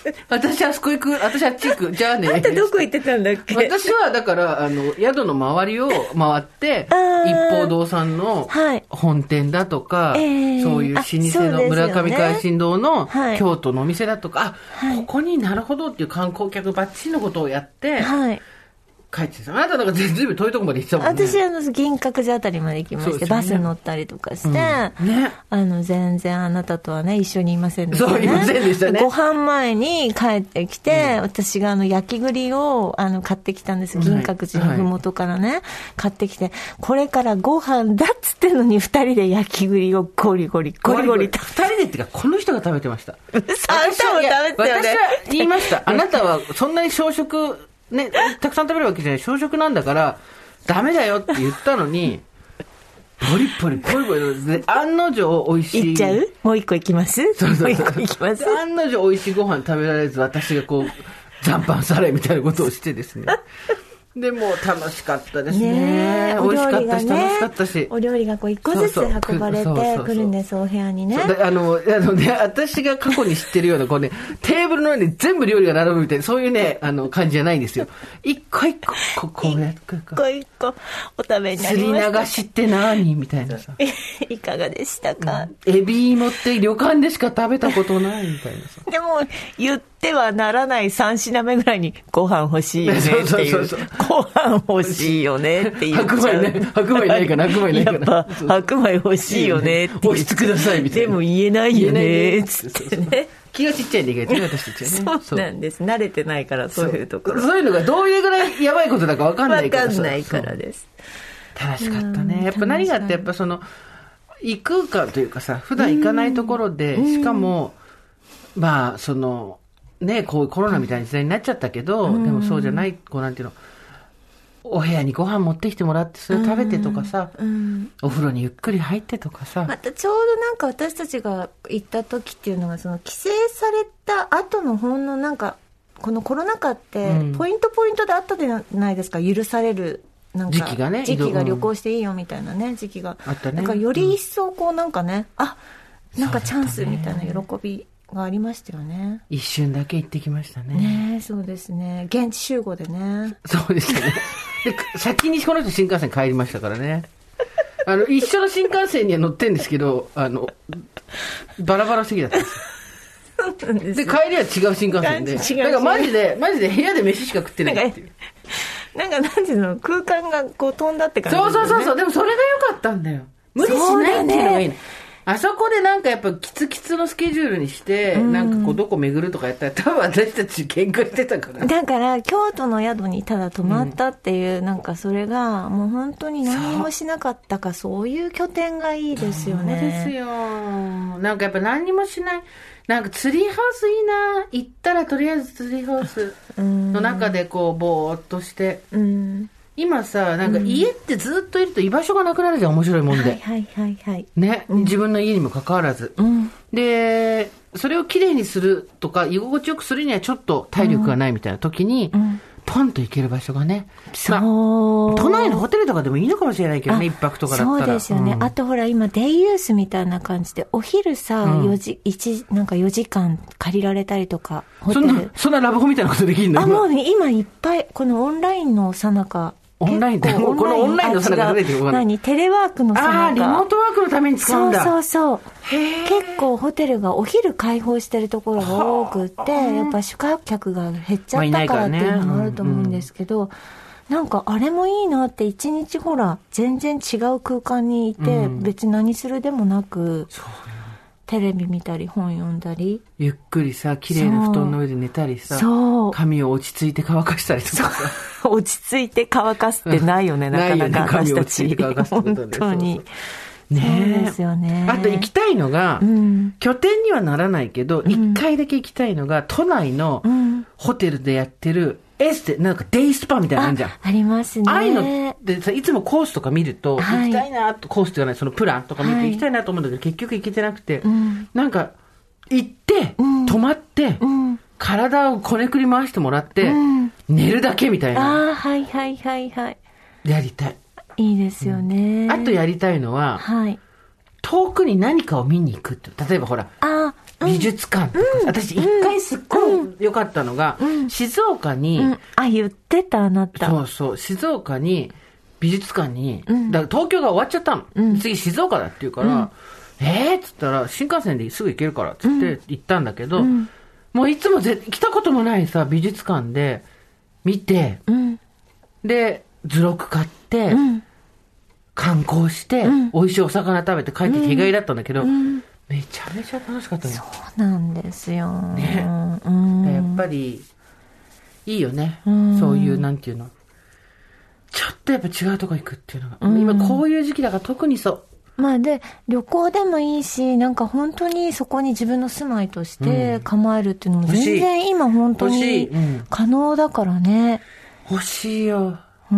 私あそこ行く、私あっち行く、じゃあね。 あんたどこ行ってたんだっけ？ 私はだからあの宿の周りを回って一方堂さんの本店だとか、はい、えー、そういう老舗の村上海進堂の京都のお店だとか、はい、あ、ここになるほどっていう観光客バッチリのことをやって、はい、帰ってた。あなたなんか全然遠いとこまで行ってたもんね。 私あの銀閣寺あたりまで行きまして、ね、バス乗ったりとかして、うん、ね、あの全然あなたとはね一緒にいませんでしたね。 そういませんでしたね。 ご飯前に帰ってきて、うん、私があの焼き栗をあの買ってきたんです。銀閣寺のふもとからね、はい、買ってきて、これからご飯だっつってのに二人で焼き栗をゴリゴリゴリゴリと。 二人でっていうかこの人が食べてました。 あんたも食べてたよね。 私は言いました。あなたはそんなに小食ね、たくさん食べるわけじゃない、小食なんだからダメだよって言ったのにポリポリポリポリで案の定美味しい。 いっちゃう？もう一個いきます？そうそうそう、もう一個いきます？ 案の定美味しいご飯食べられず、私がこう残飯されみたいなことをしてですねでも楽しかったですね。美味しかったし、楽しかったし。 お料理がこう一個ずつ運ばれてくるんです、お部屋にね。 あの、あのね、私が過去に知ってるような、こうね、テーブルの上に全部料理が並ぶみたいな、そういうね、あの、感じじゃないんですよ。一個一個、ここうやって。 一個一個、お食べになりました。 すり流しって何みたいなさ。 いかがでしたか？ エビ芋って旅館でしか食べたことないみたいなさ。 でも、言ってはならない三品目ぐらいに、ご飯欲しいよねっていう。そうそうそうそう、ご飯欲しいよねって言っちゃう。 白米ないかな、白米ないかな。 やっぱ白米欲しいよねって押してくださいみたいな。 でも言えないよねっつってね。 気がちっちゃいんでいけない、私たちはね。 そうなんです。慣れてないから、そういうところ。 そういうのがどういうぐらいやばいことだか分かんないから。 分かんないからです。 楽しかったね。やっぱ何があって、やっぱその異空間というかさ、普段行かないところで、しかもまあそのね、こういうコロナみたいな時代になっちゃったけど、でもそうじゃない、こうなんていうの、お部屋にご飯持ってきてもらってそれ食べてとかさ、うんうん、お風呂にゆっくり入ってとかさ、 またちょうどなんか私たちが行った時っていうのが、その規制された後のほんのなんかこのコロナ禍ってポイントポイントであったじゃないですか、許されるなんか時期がね、 時期が旅行していいよみたいなね、時期があったね。だからより一層こうなんかね、うん、あ、なんかチャンスみたいな喜びがありましたよね。 一瞬だけ行ってきましたね。 ね、そうですね。現地集合でね。 そうですね。で、先にこの人新幹線帰りましたからね。あの、一緒の新幹線には乗ってんですけど、あの、バラバラ席だったんですよ。そうなんです。で、帰りは違う新幹線で。違う。だからマジで、マジで部屋で飯しか食ってないっていう。 なんか、なんていうの、空間がこう飛んだって感じ、 ね。そうそうそうそう。でもそれが良かったんだよ。無理しないっていうのがいいの。あそこでなんかやっぱキツキツのスケジュールにして、うん、なんかこうどこ巡るとかやったら多分私たち喧嘩してたから。 だから京都の宿にただ泊まったっていう、うん、なんかそれがもう本当に何もしなかったか、そういう拠点がいいですよね。 そうですよ。なんかやっぱ何もしない。なんかツリーハウスいいな。行ったらとりあえずツリーハウスの中でこうぼーっとして。うん、今さ、なんか家ってずっといると居場所がなくなるじゃん、面白いもんで。 はいはいはいはい。 ね、うん、自分の家にもかかわらず。うん、で、それをきれいにするとか、居心地よくするにはちょっと体力がないみたいな時に、うん、ポンと行ける場所がね。 そう、まあ。 都内のホテルとかでもいいのかもしれないけどね、一泊とかだったら。 そうですよね。うん、あとほら、今、デイユースみたいな感じで、お昼さ、うん、よじ、いち、なんかよじかん借りられたりとか、ホテル。 そんな、そんなラブホみたいなことできるの？ あ、もう今いっぱい、このオンラインのさなか、 オンラインでこのオンラインのさなか出てるの何テレワークのさなか。 ああ、リモートワークのために使うんだ。 そうそうそう。結構ホテルがお昼開放してるところが多くって、やっぱ宿泊客が減っちゃったからっていうのもあると思うんですけど、まあね、うん、なんかあれもいいなって、一日ほら全然違う空間にいて、うん、別に何するでもなく、そうテレビ見たり本読んだり、 ゆっくりさ、綺麗な布団の上で寝たりさ、そう髪を落ち着いて乾かしたりとかさ、 落ち着いて乾かすってないよね、なかなか私たち。本当に。ね、そうですよね。 あと行きたいのが、うん、拠点にはならないけど、一、うん、回だけ行きたいのが、都内のホテルでやってる、エステ、なんかデイスパみたいなのあるじゃん。 ありますね。 ああいうのってさ、いつもコースとか見ると、はい、行きたいなと、コースとかない、そのプランとか見て、はい、行きたいなと思うんだけど、結局行けてなくて、うん、なんか、行って、うん、泊まって、うん、体をこねくり回してもらって、うん、寝るだけみたいな。 ああ、はいはいはいはい。 やりたい。 いいですよね。 うん、あとやりたいのは、はい、遠くに何かを見に行くって。例えばほら、あ、うん美術館とか、うん、私一回すっごい良かったのが、うん、静岡に、うん、 あ、言ってたあなた。 そうそう、静岡に美術館に、うん、だから東京が終わっちゃったの、うん、次静岡だって言うから、うん、えーっつったら新幹線ですぐ行けるからっつって行ったんだけど、うん、もういつもぜ来たこともないさ美術館で見て、うん、で図録買って、うん、観光して、うん、美味しいお魚食べて帰って日帰りだったんだけど、うん、めちゃめちゃ楽しかったね。 そうなんですよ、 ね、うん、やっぱりいいよね、うん、そういうなんていうのちょっとやっぱ違うとこ行くっていうのが、うん、今こういう時期だから特にそう。 まあで旅行でもいいし、なんか本当にそこに自分の住まいとして構えるっていうのも全然今本当に可能だからね。 欲しいよ。うん。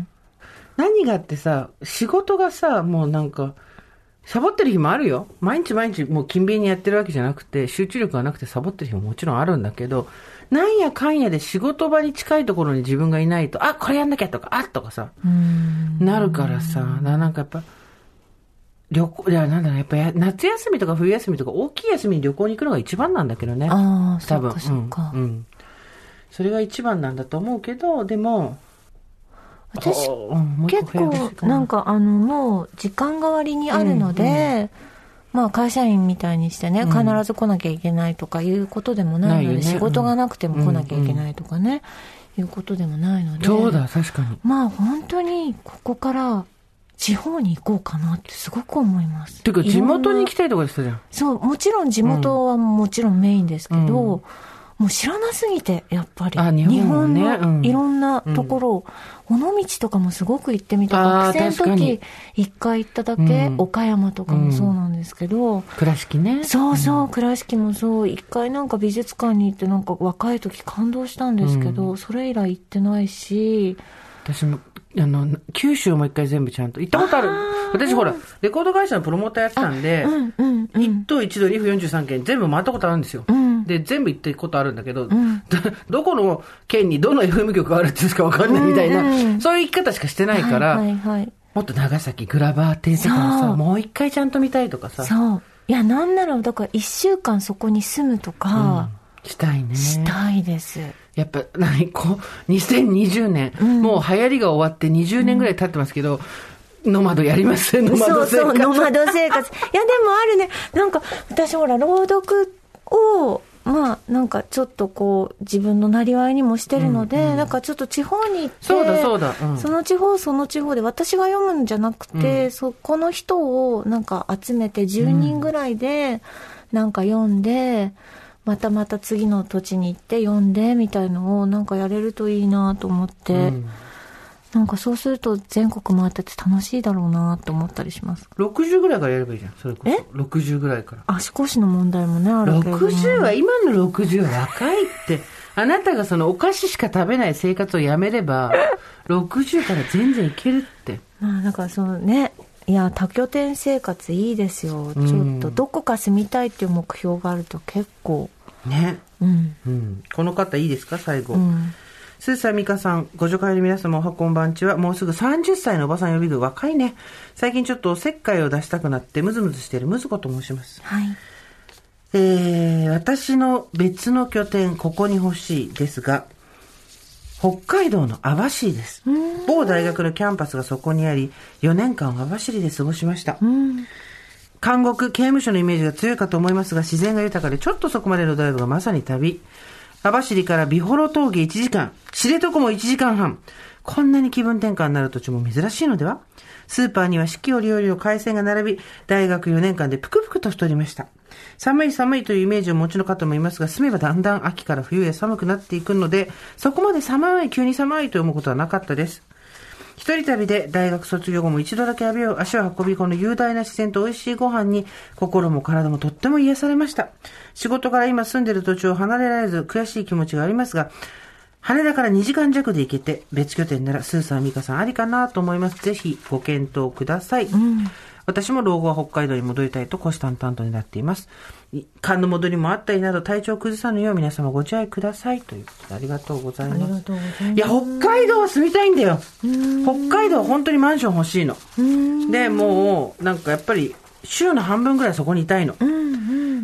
何がってさ、仕事がさ、もうなんかサボってる日もあるよ。毎日毎日もう勤勉にやってるわけじゃなくて、集中力がなくてサボってる日ももちろんあるんだけど、なんやかんやで仕事場に近いところに自分がいないと、あ、これやんなきゃとか、あっとかさ、なるからさ、なんかやっぱ、旅行、いや、なんだろう、やっぱや夏休みとか冬休みとか大きい休みに旅行に行くのが一番なんだけどね。 ああ、多分。そうか、そうか、 うん。うん。それが一番なんだと思うけど、でも、 私、うん、結構、なんかあの、もう時間代わりにあるので、うんうん、まあ会社員みたいにしてね、必ず来なきゃいけないとかいうことでもないので、ね、仕事がなくても来なきゃいけないとかね、うんうん、いうことでもないので。 そうだ、確かに。 まあ本当にここから地方に行こうかなってすごく思います。 てか地元に行きたいとこでしたじゃん。 そう、もちろん地元はもちろんメインですけど、うん、もう知らなすぎて、やっぱり。 あ、日本ね、 日本のいろんなところを、うん、尾道とかもすごく行ってみた。学生の時、一回行っただけ、うん、岡山とかもそうなんですけど。うん、 倉敷ね。 そうそう、うん、倉敷もそう。一回なんか美術館に行ってなんか若い時感動したんですけど、うん、それ以来行ってないし。 私も、あの、九州も一回全部ちゃんと行ったことある。私ほら、レコード会社のプロモーターやってたんで、うんうんうん、一都一度に府よんじゅうさんけん全部回ったことあるんですよ。うん、で、全部行ってることあるんだけど、うん、ど, どこの県にどの エフエム 局があるってしかわかんないみたいな、うんうん、そういう生き方しかしてないから、はいはいはい、もっと長崎グラバー亭とかもさ、もう一回ちゃんと見たいとかさ。 そう。いや、なんなら、だから一週間そこに住むとか、 うん、したいね。 したいです。やっぱ、何、こう、にせんにじゅうねん、うん、もう流行りが終わってにじゅうねんぐらい経ってますけど、うん、ノマドやりますノマド生活。そうそう、 ノマド生活。いや、でもあるね、なんか、私ほら、朗読を、まあ、なんかちょっとこう、自分のなりわいにもしてるので、うんうん、なんかちょっと地方に行って、 そうだそうだ、 うん、その地方その地方で、私が読むんじゃなくて、うん、そこの人をなんか集めてじゅうにんぐらいで、なんか読んで、またまた次の土地に行って読んでみたいのをなんかやれるといいなと思って、うん、なんかそうすると全国回ってて楽しいだろうなと思ったりします。 ろくじゅうぐらいからやればいいじゃん。それこそえろくじゅうぐらいから。 足腰の問題もねあるけど。 ろくじゅうは今のろくじゅうは若いって。あなたがそのお菓子しか食べない生活をやめればろくじゅうから全然いけるって。 まあだからそのね。いや多拠点生活いいですよ、うん、ちょっとどこか住みたいっていう目標があると結構ね、うんうん、この方いいですか最後、うん、スーサーミカさんご助会の皆様おはこんばんちは。もうすぐさんじゅっさいのおばさん予備軍若いね。最近ちょっとおせっかいを出したくなってムズムズしているムズコと申します、 はい。 えー、私の別の拠点ここに欲しいですが北海道の網走です。某大学のキャンパスがそこにあり、よねんかん網走で過ごしました。監獄、刑務所のイメージが強いかと思いますが、自然が豊かでちょっとそこまでのドライブがまさに旅。網走から美幌峠いちじかん、知床もいちじかんはん。こんなに気分転換になる土地も珍しいのでは？スーパーには四季折々の海鮮が並び、大学よねんかんでぷくぷくと太りました。寒い寒いというイメージをお持ちの方もいますが、住めばだんだん秋から冬へ寒くなっていくので、そこまで寒い、急に寒いと思うことはなかったです。一人旅で大学卒業後も一度だけ足を運び、この雄大な自然と美味しいご飯に心も体もとっても癒されました。仕事から今住んでいる土地を離れられず悔しい気持ちがありますが、羽田からにじかん弱で行けて別拠点ならスーサーミカさんありかなと思います。ぜひご検討ください、うん、私も老後は北海道に戻りたいと虎視眈々となっています。寒の戻りもあったりなど体調を崩さぬよう皆様ご自愛くださいということでありがとうございます。ありがとうございます。いや北海道は住みたいんだよ。北海道は本当にマンション欲しいので、もうなんかやっぱり週の半分ぐらいそこにいたいの、うんうん、北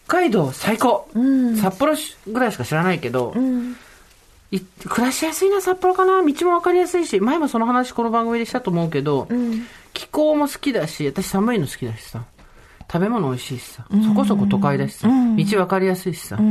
海道最高、うん、札幌ぐらいしか知らないけど、うん、い暮らしやすいな札幌かな。道も分かりやすいし、前もその話この番組でしたと思うけど、うん、気候も好きだし、私寒いの好きだしさ、食べ物美味しいしさ、うん、そこそこ都会だしさ、うん、道分かりやすいしさ、うん、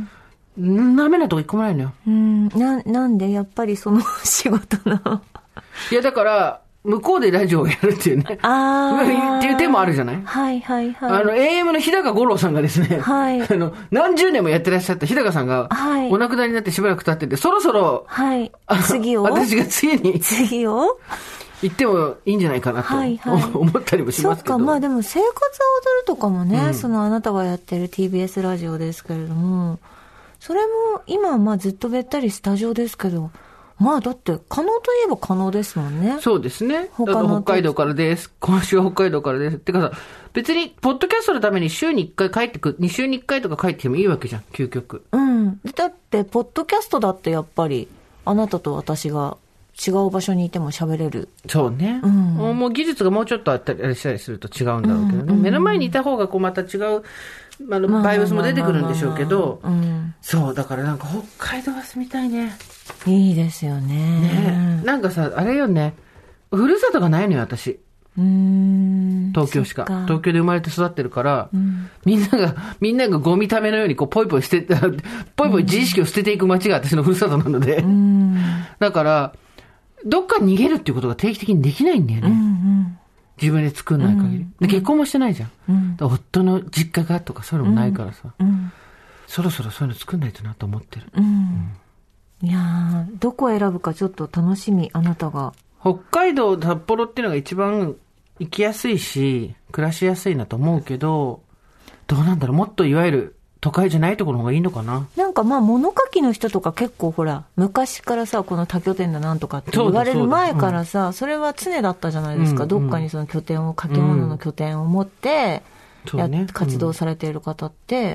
ダメなとこ一個もないのよ、 うん、な, なんでやっぱりその仕事のいやだから向こうでラジオをやるっていうね。ああ。っていう手もあるじゃない？ はいはいはい。 あの、エーエム の日高五郎さんがですね、はい。あの、何十年もやってらっしゃった日高さんが、はい。お亡くなりになってしばらく経ってて、そろそろ、はい。次を私が次に、 次を行ってもいいんじゃないかなと、はいはい、思ったりもしますけど。 そうか、まあでも生活は踊るとかもね、うん、そのあなたがやってる ティービーエス ラジオですけれども、それも今はまあずっとべったりスタジオですけど、まあだって可能といえば可能ですもんね。 そうですね。他の北海道からです。今週は北海道からです。ってかさ、別にポッドキャストのために週にいっかい帰ってく、に週にいっかいとか帰ってきてもいいわけじゃん、究極。 うん。だってポッドキャストだってやっぱりあなたと私が違う場所にいても喋れる。 そうね。うん、もう技術がもうちょっとあったりしたりすると違うんだろうけどね。うんうんうん、目の前にいた方がこうまた違う。あのバイブスも出てくるんでしょうけど、そうだからなんか北海道は住みたいね。 いいですよ ね, ね。なんかさあれよね、ふるさとがないのよ私。うーん東京しか東京で生まれて育ってるから、うん、みんながみんながゴミためのようにこうポイポイ捨てポイポイ自意識を捨てていく街が私のふるさとなので、うん、だからどっかに逃げるっていうことが定期的にできないんだよね。うんうん、自分で作んない限り、うん、で結婚もしてないじゃん、うん、夫の実家がとかそういうのもないからさ、うんうん、そろそろそういうの作んないとなと思ってる、うんうん、いやどこを選ぶかちょっと楽しみ。あなたが北海道札幌っていうのが一番行きやすいし暮らしやすいなと思うけど、どうなんだろう、もっといわゆる都会じゃないところの方がいいのかな。 なんかまあ物書きの人とか結構ほら昔からさこの多拠点だなんとかって言われる前からさ そ, それは常だったじゃないですか、うんうん、どっかにその拠点を書き物の拠点を持ってや、うんね、活動されている方って、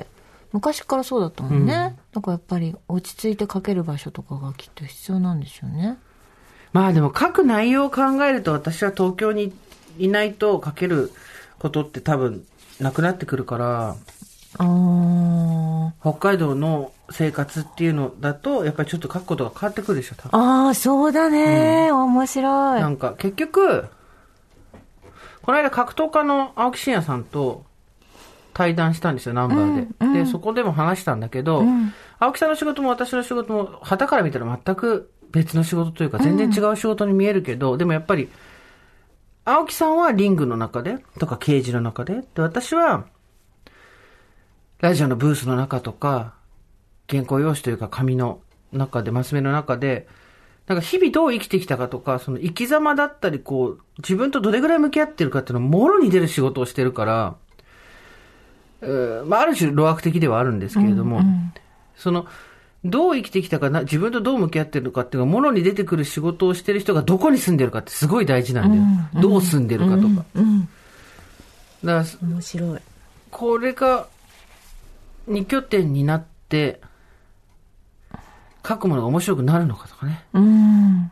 うん、昔からそうだったもんね、うん、だからやっぱり落ち着いて書ける場所とかがきっと必要なんでしょうね。 まあでも書く内容を考えると私は東京にいないと書けることって多分なくなってくるから、あ北海道の生活っていうのだとやっぱりちょっと書くことが変わってくるでしょ多分。 ああそうだね、うん、面白い。 なんか結局この間格闘家の青木真也さんと対談したんですよナンバーで、うんうん、でそこでも話したんだけど、うん、青木さんの仕事も私の仕事も傍から見たら全く別の仕事というか全然違う仕事に見えるけど、うん、でもやっぱり青木さんはリングの中でとかケージの中で、で私はラジオのブースの中とか原稿用紙というか紙の中でマス目の中でなんか日々どう生きてきたかとかその生き様だったりこう自分とどれぐらい向き合ってるかっていうのをもろに出る仕事をしてるから、えーまあ、ある種路悪的ではあるんですけれども、うんうん、そのどう生きてきたかな自分とどう向き合ってるかっていうのがもろに出てくる仕事をしてる人がどこに住んでるかってすごい大事なんだよ、うんうん、どう住んでるかとか、うんうん、だから面白い。 これがに拠点になって書くものが面白くなるのかとかね。 うん、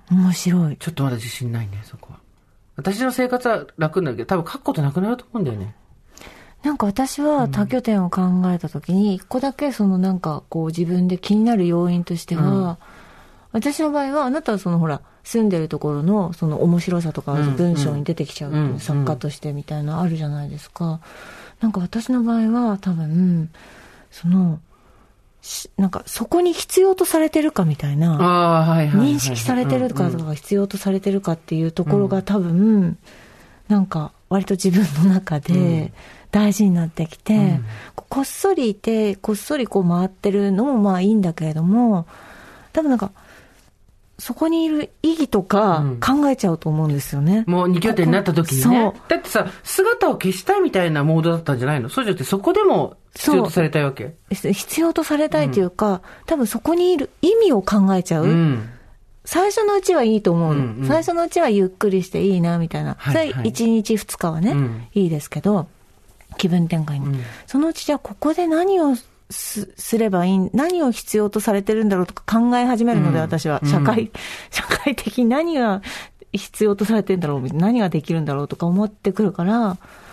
面白い。 ちょっとまだ自信ないねそこは。私の生活は楽になるけど多分書くことなくなると思うんだよね。 なんか私は多拠点を考えたときに一個だけそのなんかこう自分で気になる要因としては、うん、私の場合はあなたはそのほら住んでるところのその面白さとか文章に出てきちゃう、うん、作家としてみたいなあるじゃないですか。なんか私の場合は多分そのなんかそこに必要とされてるかみたいな、あ、はいはいはい、認識されてるかとか必要とされてるかっていうところが多分、うん、なんか割と自分の中で大事になってきて、うん、こっそりいてこっそりこう回ってるのもまあいいんだけれども多分なんかそこにいる意義とか考えちゃうと思うんですよね、 うん、もう二拠点になった時にね。だってさ姿を消したいみたいなモードだったんじゃないの？そうじゃなくてそこでも必要とされたいわけ？ 必要とされたいというか、うん、多分そこにいる意味を考えちゃう、うん、最初のうちはいいと思うの、うんうん、最初のうちはゆっくりしていいなみたいな、はいはい、いちにちふつかはね、うん、いいですけど気分転換に、うん、そのうちじゃあここで何をす, すればいい何を必要とされてるんだろうとか考え始めるので、うん、私は社会、うん、社会的に何が必要とされてるんだろう何ができるんだろうとか思ってくるから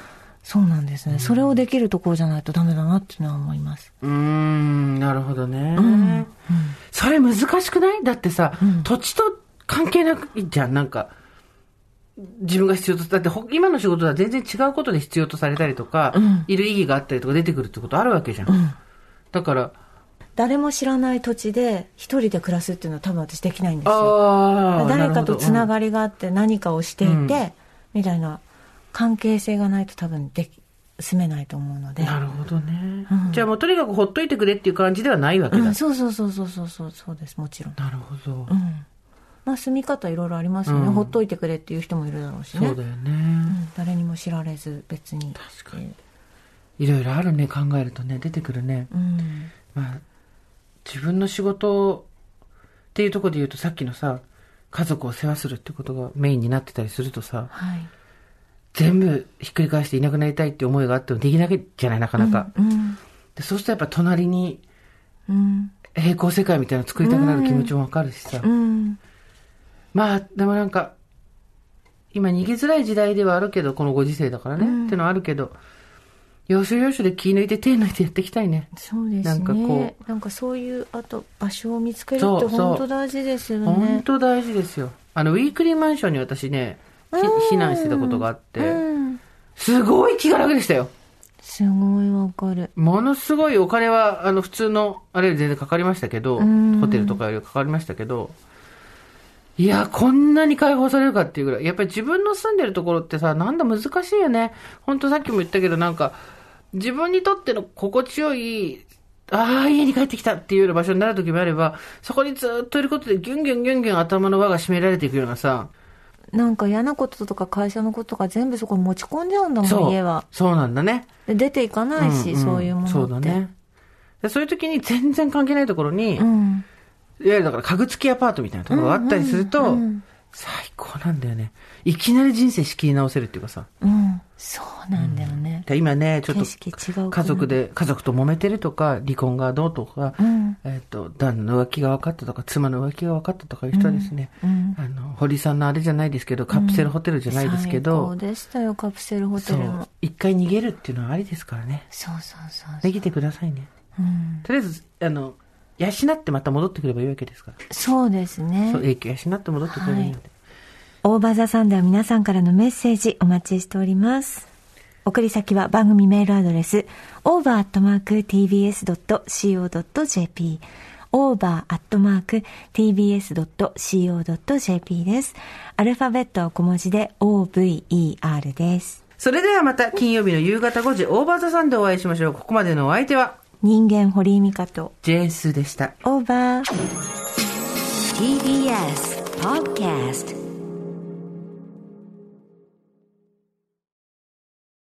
そうなんですね、うん、それをできるところじゃないとダメだなっていうのは思います。 うーん、なるほどね、うんうん、それ難しくない？だってさ、うん、土地と関係なくじゃん。なんか自分が必要と、だって今の仕事は全然違うことで必要とされたりとか、うん、いる意義があったりとか出てくるってことあるわけじゃん、うん、だから誰も知らない土地で一人で暮らすっていうのは多分私できないんですよ。誰かとつながりがあって何かをしていて、うん、みたいな関係性がないと多分でき住めないと思うので。 なるほどね、うん、じゃあもうとにかくほっといてくれっていう感じではないわけだ、 うん、そうそうそうそうそうそうそうです。もちろん。 なるほど、 うん、まあ住み方いろいろありますよね、うん、ほっといてくれっていう人もいるだろうしね。 そうだよね、うん、 誰にも知られず別に。 確かにいろいろあるね、考えるとね、出てくるね、うん、まあ自分の仕事っていうところで言うと、さっきのさ家族を世話するってことがメインになってたりするとさ、はい、全部ひっくり返していなくなりたいって思いがあってもできないじゃない、なかなか、うんうん、でそうするとやっぱ隣に平行世界みたいなの作りたくなる気持ちもわかるしさ、うんうん、まあでもなんか今逃げづらい時代ではあるけど、このご時世だからね、うん、ってのはあるけど、要所要所で気抜いて手抜いてやっていきたいね。 そうですね。なんかこう、なんかそういうあと場所を見つけるって本当大事ですよね。 本当大事ですよ。あのウィークリーマンションに私ね避難してたことがあって、うん、すごい気が楽でしたよ。 すごいわかる。 ものすごいお金はあの普通のあれより全然かかりましたけど、うん、ホテルとかよりかかりましたけど、いやこんなに解放されるかっていうぐらい、やっぱり自分の住んでるところってさ、なんだ難しいよね。本当さっきも言ったけど、なんか自分にとっての心地よい、ああ家に帰ってきたっていうような場所になる時もあれば、そこにずっといることでギュンギュンギュンギュン頭の輪が締められていくようなさ、 なんか嫌なこととか会社のこととか全部そこに持ち込んじゃうんだもん。そう家はそうなんだね。 で出ていかないし、うんうん、そういうものって。 そうだね。でそういう時に全然関係ないところに、うん、いわゆるだから家具付きアパートみたいなところがあったりすると、うんうんうん、最高なんだよね。いきなり人生仕切り直せるっていうかさ、 うん、そうなんだよね、 うん、今ねちょっと家族で家族と揉めてるとか離婚がどうとか、うんえー、と旦那の浮気が分かったとか妻の浮気が分かったとかいう人はですね、うんうん、あの堀さんのあれじゃないですけどカプセルホテルじゃないですけど、 うん、最高でしたよカプセルホテルも。 一回逃げるっていうのはありですからね。 そうそうそうそう逃げてくださいね、うん、とりあえずあの養ってまた戻ってくればいいわけですから。 そうですね。 そう影響養って戻ってくればいいので、はい、 オーバーザさんでは皆さんからのメッセージお待ちしております。送り先は番組メールアドレス オーバー アットマーク ティービーエス ドット シーオー ドット ジェーピー オーバー アットマーク ティービーエス ドット シーオー ドット ジェーピー です。アルファベットは小文字で オーブイイーアール です。 それではまた金曜日の夕方ごじオーバーザさんでお会いしましょう。ここまでのお相手は人間堀井美香とジェーンスーでした。 オーバーティービーエス Podcast